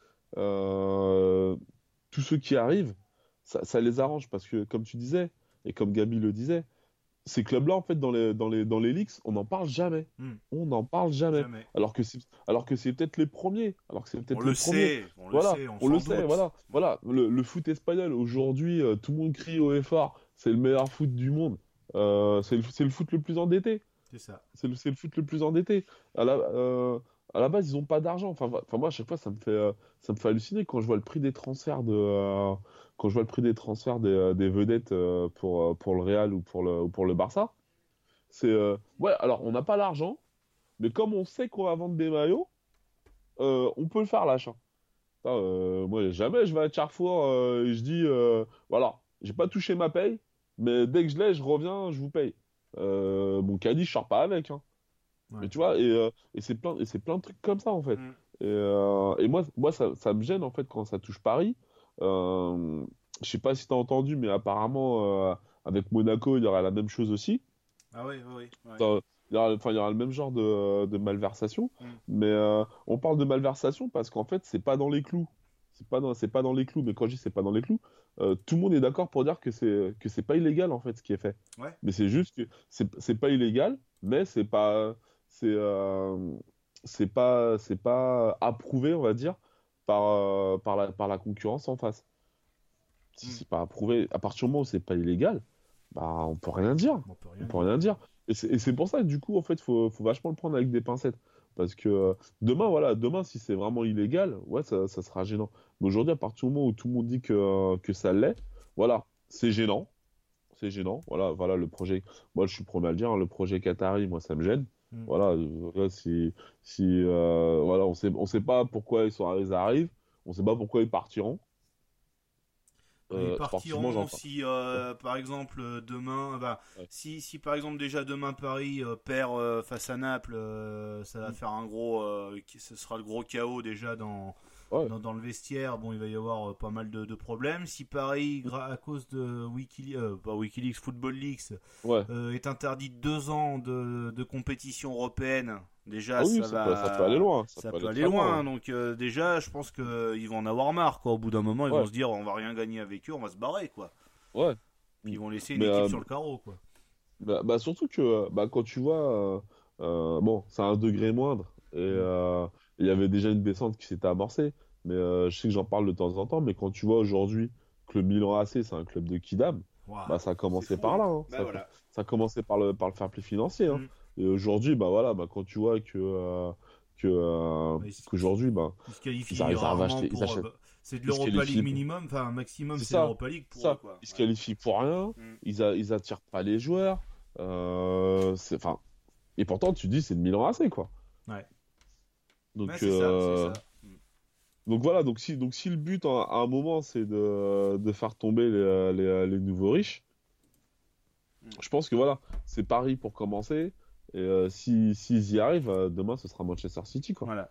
tous ceux qui arrivent. Ça les arrange parce que, comme tu disais, et comme Gabi le disait, ces clubs-là, en fait, dans les leaks, on n'en parle jamais. On n'en parle jamais. Alors que c'est peut-être les premiers. On le sait. Voilà. Le foot espagnol, aujourd'hui, tout le monde crie haut et fort. C'est le meilleur foot du monde. C'est le foot le plus endetté. C'est ça. C'est le foot le plus endetté. À la base, ils n'ont pas d'argent. Enfin, moi, à chaque fois, ça me fait halluciner quand je vois le prix des transferts des vedettes pour le Real ou pour le Barça. Alors, on n'a pas l'argent, mais comme on sait qu'on va vendre des maillots, on peut le faire l'achat. Moi, jamais je vais à Carrefour et je dis, voilà, j'ai pas touché ma paye, mais dès que je l'ai, je reviens, je vous paye. Mon caddie, je sors pas avec. Hein. Ouais. Mais tu vois, et c'est plein de trucs comme ça en fait. Et moi ça me gêne en fait quand ça touche Paris. Je sais pas si t'as entendu, mais apparemment avec Monaco il y aura la même chose aussi. Ah oui. Il y aura le même genre de malversation. Mais on parle de malversation parce qu'en fait c'est pas dans les clous. C'est pas dans les clous. Mais quand je dis c'est pas dans les clous, tout le monde est d'accord pour dire que c'est pas illégal en fait ce qui est fait. Ouais. Mais c'est juste que c'est pas illégal, mais c'est pas approuvé, on va dire, par la concurrence en face. Si c'est pas approuvé, à partir du moment où c'est pas illégal, on peut rien dire. On peut rien dire. Et c'est pour ça que du coup, en fait, faut vachement le prendre avec des pincettes. Parce que demain, si c'est vraiment illégal, ouais, ça sera gênant. Mais aujourd'hui, à partir du moment où tout le monde dit que ça l'est, voilà, c'est gênant. Voilà le projet. Moi, je suis le premier à le dire, hein, le projet Qatari, moi, ça me gêne. Voilà, voilà, on sait pas pourquoi ils arrivent, on sait pas pourquoi ils partiront. Ils partiront si, par exemple, demain, si par exemple déjà demain Paris perd face à Naples, ça va faire ce sera le gros chaos déjà dans le vestiaire. Bon, il va y avoir pas mal de problèmes. Si Paris, à cause de Wikileaks, Football Leaks, est interdit 2 ans de compétition européenne, déjà ça peut aller loin. Ça peut aller loin. Donc déjà, je pense qu'ils vont en avoir marre. Quoi. Au bout d'un moment, ils vont se dire on va rien gagner avec eux, on va se barrer. Quoi. Ouais. Puis ils vont laisser une équipe sur le carreau. Quoi. Surtout que quand tu vois, bon, c'est à un degré moindre. Et il y avait déjà une descente qui s'était amorcée. Mais je sais que j'en parle de temps en temps. Mais quand tu vois aujourd'hui que le Milan AC, c'est un club de kidam, ça a commencé par là. Hein. Ça a commencé par le fair play financier. Hein. Et aujourd'hui, quand tu vois qu'aujourd'hui, ils arrivent à racheter. C'est de l'Europa League minimum, enfin maximum, c'est l'Europa League pour eux, quoi. Ils se qualifient pour rien. Ils attirent pas les joueurs. Et pourtant, tu dis c'est le Milan AC, quoi. Ouais. Donc, c'est ça. Donc voilà, donc si le but à un moment c'est de faire tomber les nouveaux riches, Je pense que voilà, c'est Paris pour commencer. Et s'ils y arrivent, demain ce sera Manchester City, quoi. Voilà.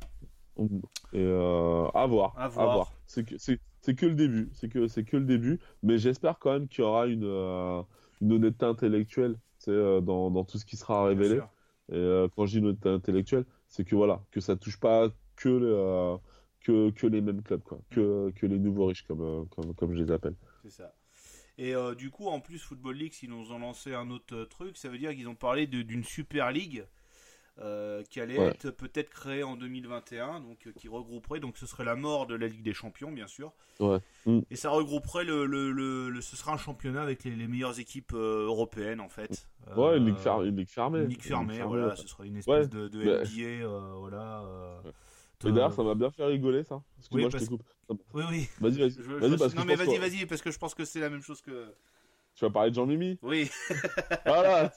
Et à voir. C'est que le début. C'est que le début. Mais j'espère quand même qu'il y aura une honnêteté intellectuelle, dans tout ce qui sera révélé. Et quand je dis une honnêteté intellectuelle, c'est que voilà, que ça touche pas que les mêmes clubs, quoi. Que les nouveaux riches, comme je les appelle. C'est ça. Et du coup, en plus, Football League, ils nous ont lancé un autre truc. Ça veut dire qu'ils ont parlé d'une Super League qui allait être peut-être créée en 2021, donc qui regrouperait. Donc, ce serait la mort de la Ligue des Champions, bien sûr. Ouais. Et ça regrouperait ce sera un championnat avec les meilleures équipes européennes, en fait. Ouais, une ligue fermée. Une ligue fermée, voilà. Ce serait une espèce de NBA, voilà. Et d'ailleurs, ça m'a bien fait rigoler, ça. Excuse-moi, je te coupe. Oui. Vas-y, parce que je pense que c'est la même chose que... Tu vas parler de Jean-Mimi ? Oui. Voilà,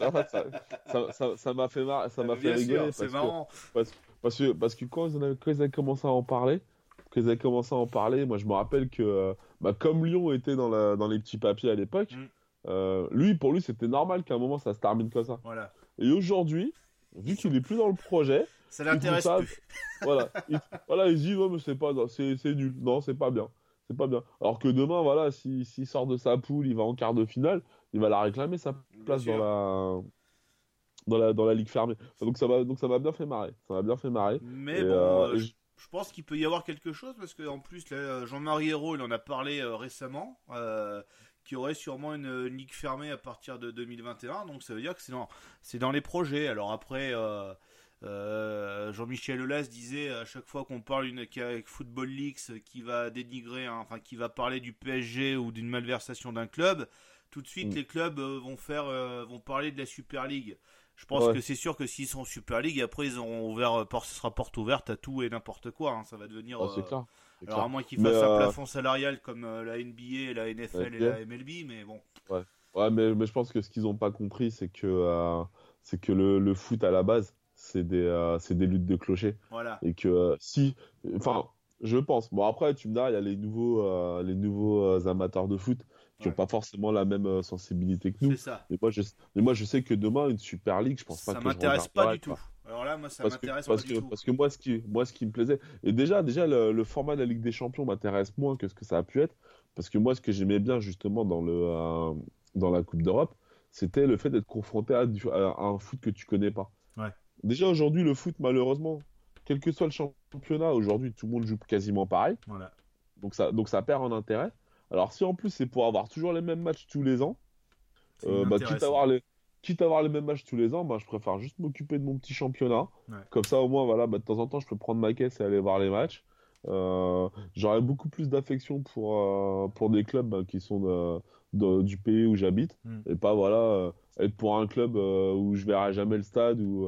ça m'a fait rigoler. C'est marrant. Parce que quand ils avaient commencé à en parler, moi je me rappelle que, comme Lyon était dans les petits papiers à l'époque, pour lui c'était normal qu'à un moment ça se termine comme ça. Voilà. Et aujourd'hui, vu qu'il est plus dans le projet... Ça l'intéresse plus. Voilà, il se dit ouais, mais c'est nul, non, c'est pas bien. Alors que demain, voilà, s'il sort de sa poule, il va en quart de finale, il va la réclamer sa place dans la ligue fermée. Donc ça m'a bien fait marrer. Mais bon, je pense qu'il peut y avoir quelque chose parce que en plus, là, Jean-Marie Ayrault, il en a parlé récemment. Qu'il y aurait sûrement une ligue fermée à partir de 2021. Donc ça veut dire que c'est dans les projets. Alors après. Jean-Michel Aulas disait à chaque fois qu'on parle avec Football Leaks qui va dénigrer, qui va parler du PSG ou d'une malversation d'un club, tout de suite les clubs vont parler de la Super League. Je pense que c'est sûr que s'ils sont en Super League, après ils auront ce sera porte ouverte à tout et n'importe quoi. Ça va devenir. C'est clair. Alors à moins qu'ils fassent un plafond salarial comme la NBA, la NFL et la MLB, mais bon. Ouais, mais je pense que ce qu'ils n'ont pas compris, c'est que le foot à la base, c'est des luttes de clochers. Voilà. Et que je pense. Bon, après, tu me diras, il y a les nouveaux amateurs de foot qui n'ont pas forcément la même sensibilité que nous. C'est ça. Mais moi, je sais que demain, une Super League, je pense pas que ça m'intéresse pas du tout. Alors là, moi, ça m'intéresse pas du tout. Parce que moi, ce qui me plaisait, et déjà le format de la Ligue des Champions m'intéresse moins que ce que ça a pu être, parce que moi, ce que j'aimais bien justement dans la Coupe d'Europe, c'était le fait d'être confronté à un foot que tu connais pas. Ouais. Déjà aujourd'hui, le foot, malheureusement, quel que soit le championnat, aujourd'hui, tout le monde joue quasiment pareil. Voilà. Donc ça perd en intérêt. Alors si en plus c'est pour avoir toujours les mêmes matchs tous les ans, quitte à avoir les mêmes matchs tous les ans, je préfère juste m'occuper de mon petit championnat. Ouais. Comme ça, au moins, voilà, de temps en temps, je peux prendre ma caisse et aller voir les matchs. J'aurais beaucoup plus d'affection pour des clubs qui sont du pays où j'habite et pas être pour un club où je verrai jamais le stade où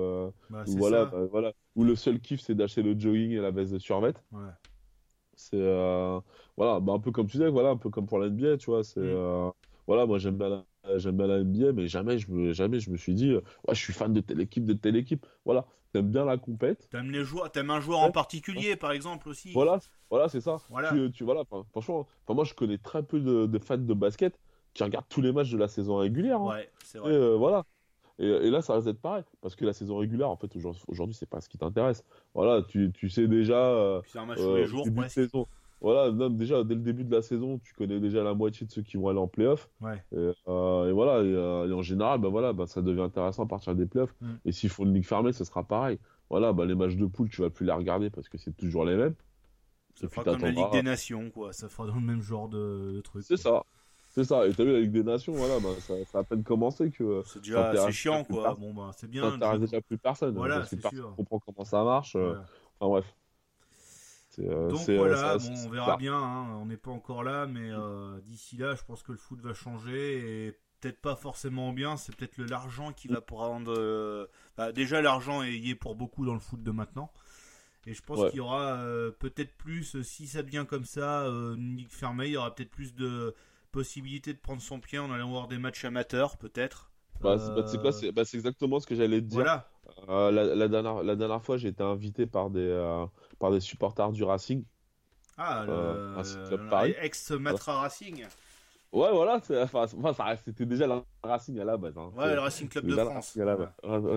le seul kiff c'est d'acheter le jogging et la veste de survêt. Ouais. C'est un peu comme tu disais, un peu comme pour la NBA, tu vois, moi j'aime bien la NBA, mais jamais je me suis dit je suis fan de telle équipe. Voilà, t'aimes bien la compète. T'aimes un joueur en particulier, par exemple aussi. Voilà, c'est ça. Voilà. Franchement, moi je connais très peu de fans de basket qui regardent tous les matchs de la saison régulière. Ouais, c'est vrai. Et là, ça risque d'être pareil, parce que la saison régulière, en fait, aujourd'hui, c'est pas ce qui t'intéresse. Voilà, tu sais déjà. C'est un match tous les jours, presque. Saison. Voilà, même déjà, dès le début de la saison, tu connais déjà la moitié de ceux qui vont aller en play-off. Ouais. Et en général, ça devient intéressant à partir des play-offs. Et s'ils font une ligue fermée, ce sera pareil. Voilà, les matchs de poule, tu vas plus les regarder parce que c'est toujours les mêmes. Ça fera comme la Ligue des Nations, quoi. Ça fera dans le même genre de truc. C'est ça, et t'as vu la Ligue des Nations, ça a à peine commencé que. C'est déjà assez chiant, quoi. C'est bien. Ça n'intéresse déjà plus personne. Voilà, parce que c'est personne sûr. comprend comment ça marche. Voilà. Enfin bref. Donc voilà, on verra bien. On n'est pas encore là, mais d'ici là, je pense que le foot va changer et peut-être pas forcément bien. C'est peut-être l'argent qui va prendre. Déjà, l'argent y est pour beaucoup dans le foot de maintenant. Et je pense qu'il y aura peut-être plus, si ça devient comme ça, une ligue fermée, il y aura peut-être plus de possibilité de prendre son pied en allant voir des matchs amateurs, peut-être. C'est exactement ce que j'allais te dire. Voilà. La dernière fois, j'ai été invité par des supporters du Racing. Racing Club Paris. Ex-Matra Racing. Ouais, voilà, c'était déjà le Racing à la base. Hein. Ouais, le Racing Club de France. À la base.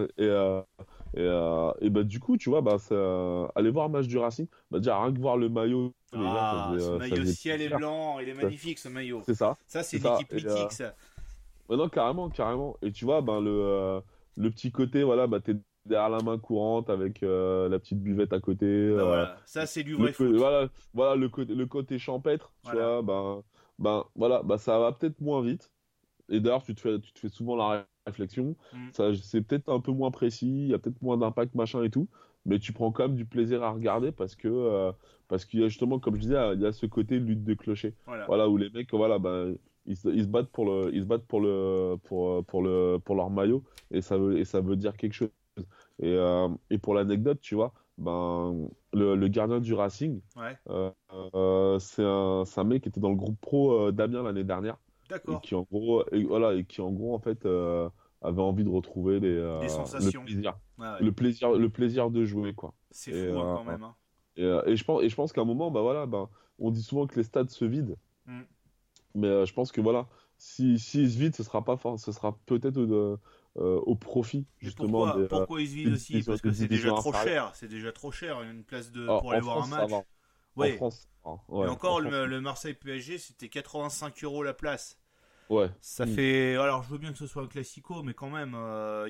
Et bah, du coup, tu vois, bah, aller voir un match du Racing, bah, déjà, rien que voir le maillot, les gars, Ce ça maillot faisait ciel et plaisir. blanc, il est magnifique ce maillot. C'est ça. Ça, c'est ça. l'équipe mythique, ça. Ouais, non, carrément, carrément. Et tu vois, ben, le petit côté, voilà, bah, t'es derrière la main courante avec la petite buvette à côté. Bah voilà, ça c'est du vrai foot. Voilà le côté champêtre, tu Voilà. vois, voilà, bah, ça va peut-être moins vite. Et d'ailleurs, tu te fais souvent la réflexion. C'est peut-être un peu moins précis, il y a peut-être moins d'impact, machin et tout. Mais tu prends quand même du plaisir à regarder parce qu'il y a justement, comme je disais, il y a ce côté lutte de clocher. Voilà, où les mecs, voilà, bah, ils se battent pour leur maillot et ça veut dire quelque chose. Et pour l'anecdote, tu vois, ben, le gardien du Racing, c'est un mec qui était dans le groupe pro d'Amiens l'année dernière. D'accord. Et qui en gros en fait avait envie de retrouver des sensations. le plaisir de jouer, quoi. C'est fou hein, quand même. Hein. Et je pense qu'à un moment, bah voilà, on dit souvent que les stades se vident, mais je pense que voilà, si ils se vident, ce sera peut-être au profit justement. Pourquoi ils se vident aussi? Parce que c'est déjà trop cher. C'est déjà trop cher une place pour aller voir un match. Ouais. En France. Et encore, le Marseille PSG, c'était 85 € la place. Ouais. Ça fait. Alors, je veux bien que ce soit un classico, mais quand même, moi,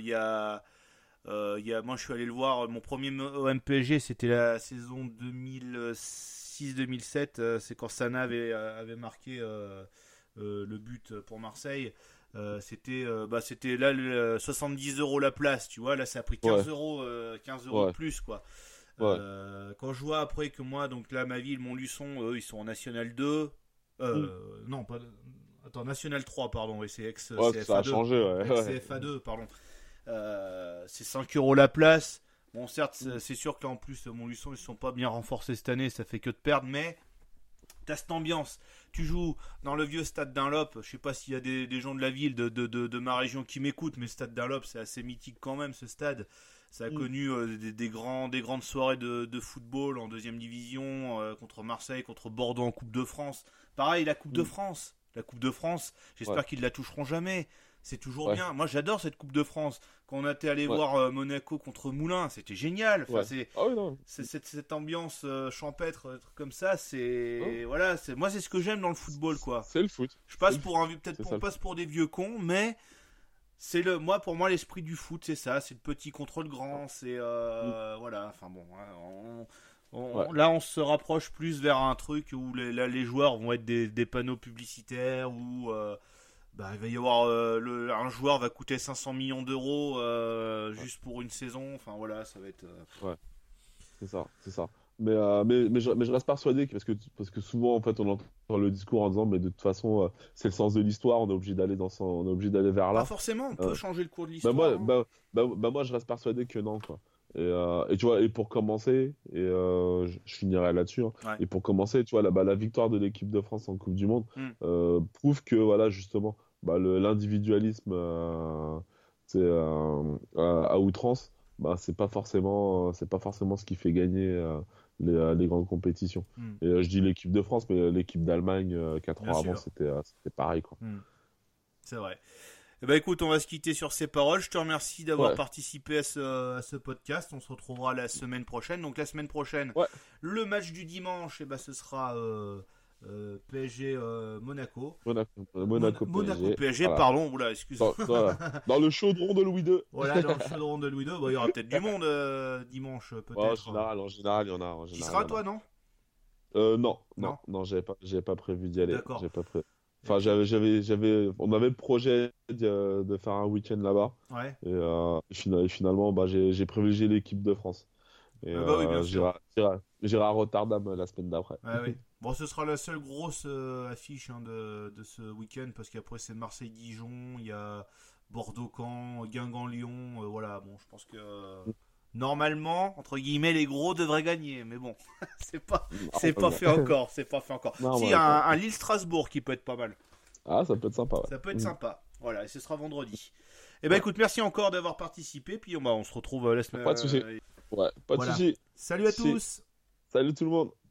je suis allé le voir. Mon premier OM PSG, c'était la saison 2006-2007. C'est quand Sana avait marqué le but pour Marseille. C'était là 70 € la place, tu vois. Là, ça a pris 15 euros de plus, quoi. Ouais. Quand je vois après que moi, donc là, ma ville, Montluçon, eux, ils sont en National 2. Non, pas. Attends, National 3, pardon. Oui, c'est ex-CFA2. Ça a changé, ouais. CFA2, pardon. C'est 5 € la place. Bon, certes, c'est sûr que là, en plus, Montluçon, ils ne sont pas bien renforcés cette année. Ça fait que de perdre, mais t'as cette ambiance. Tu joues dans le vieux stade Dunlop. Je sais pas s'il y a des gens de la ville, de ma région qui m'écoutent, mais le stade Dunlop, c'est assez mythique quand même, ce stade. Ça a connu des grandes soirées de football en deuxième division, contre Marseille, contre Bordeaux en Coupe de France. Pareil, la Coupe de France. La Coupe de France, j'espère qu'ils ne la toucheront jamais. C'est toujours bien. Moi, j'adore cette Coupe de France. Quand on était allé voir Monaco contre Moulins, c'était génial. Enfin, c'est cette ambiance champêtre, comme ça. Moi, c'est ce que j'aime dans le football, quoi. C'est le foot. Je passe on passe pour des vieux cons, mais pour moi, l'esprit du foot, c'est ça. C'est le petit contre le grand. C'est voilà. Enfin bon. Là, on se rapproche plus vers un truc où les joueurs vont être des panneaux publicitaires où il va y avoir un joueur va coûter 500 millions d'euros juste pour une saison. Enfin voilà, ça va être. Ouais, c'est ça. Mais je reste persuadé parce que souvent en fait on entend le discours en disant mais de toute façon c'est le sens de l'histoire, on est obligé d'aller vers là. Pas forcément, on peut changer le cours de l'histoire. Moi je reste persuadé que non, quoi. Et tu vois, et pour commencer, je finirai là-dessus, hein, et pour commencer, tu vois, la victoire de l'équipe de France en Coupe du Monde prouve que, voilà, justement, l'individualisme à outrance, c'est pas forcément ce qui fait gagner les grandes compétitions. Et je dis l'équipe de France, mais l'équipe d'Allemagne 4 ans avant, c'était pareil, quoi. C'est vrai. Eh ben écoute, on va se quitter sur ces paroles. Je te remercie d'avoir participé à ce podcast. On se retrouvera la semaine prochaine. Donc la semaine prochaine, le match du dimanche, ce sera PSG Monaco. Monaco PSG, voilà. Pardon. Oula, excuse-moi. Dans le chaudron de Louis II. Voilà, dans le chaudron de Louis II. Il y aura peut-être du monde dimanche, peut-être. En général, il y en a. Tu seras toi, non? Non, j'avais pas prévu d'y aller. D'accord. J'ai pas prévu. Enfin, on avait le projet de faire un week-end là-bas. Ouais. Et finalement, j'ai privilégié l'équipe de France. Et j'irai à Rotterdam la semaine d'après. Oui. Bon, ce sera la seule grosse affiche de ce week-end parce qu'après c'est Marseille-Dijon, il y a Bordeaux-Caen, Guingamp-Lyon. Voilà. Bon, je pense que normalement, entre guillemets, les gros devraient gagner, mais bon, c'est pas fait encore. Non, si, un Lille-Strasbourg qui peut être pas mal. Ah, ça peut être sympa. Ouais. Ça peut être sympa. Voilà, et ce sera vendredi. Eh ben, écoute, merci encore d'avoir participé, puis on se retrouve la semaine. Pas de souci. Pas de souci. Salut à tous. Salut tout le monde.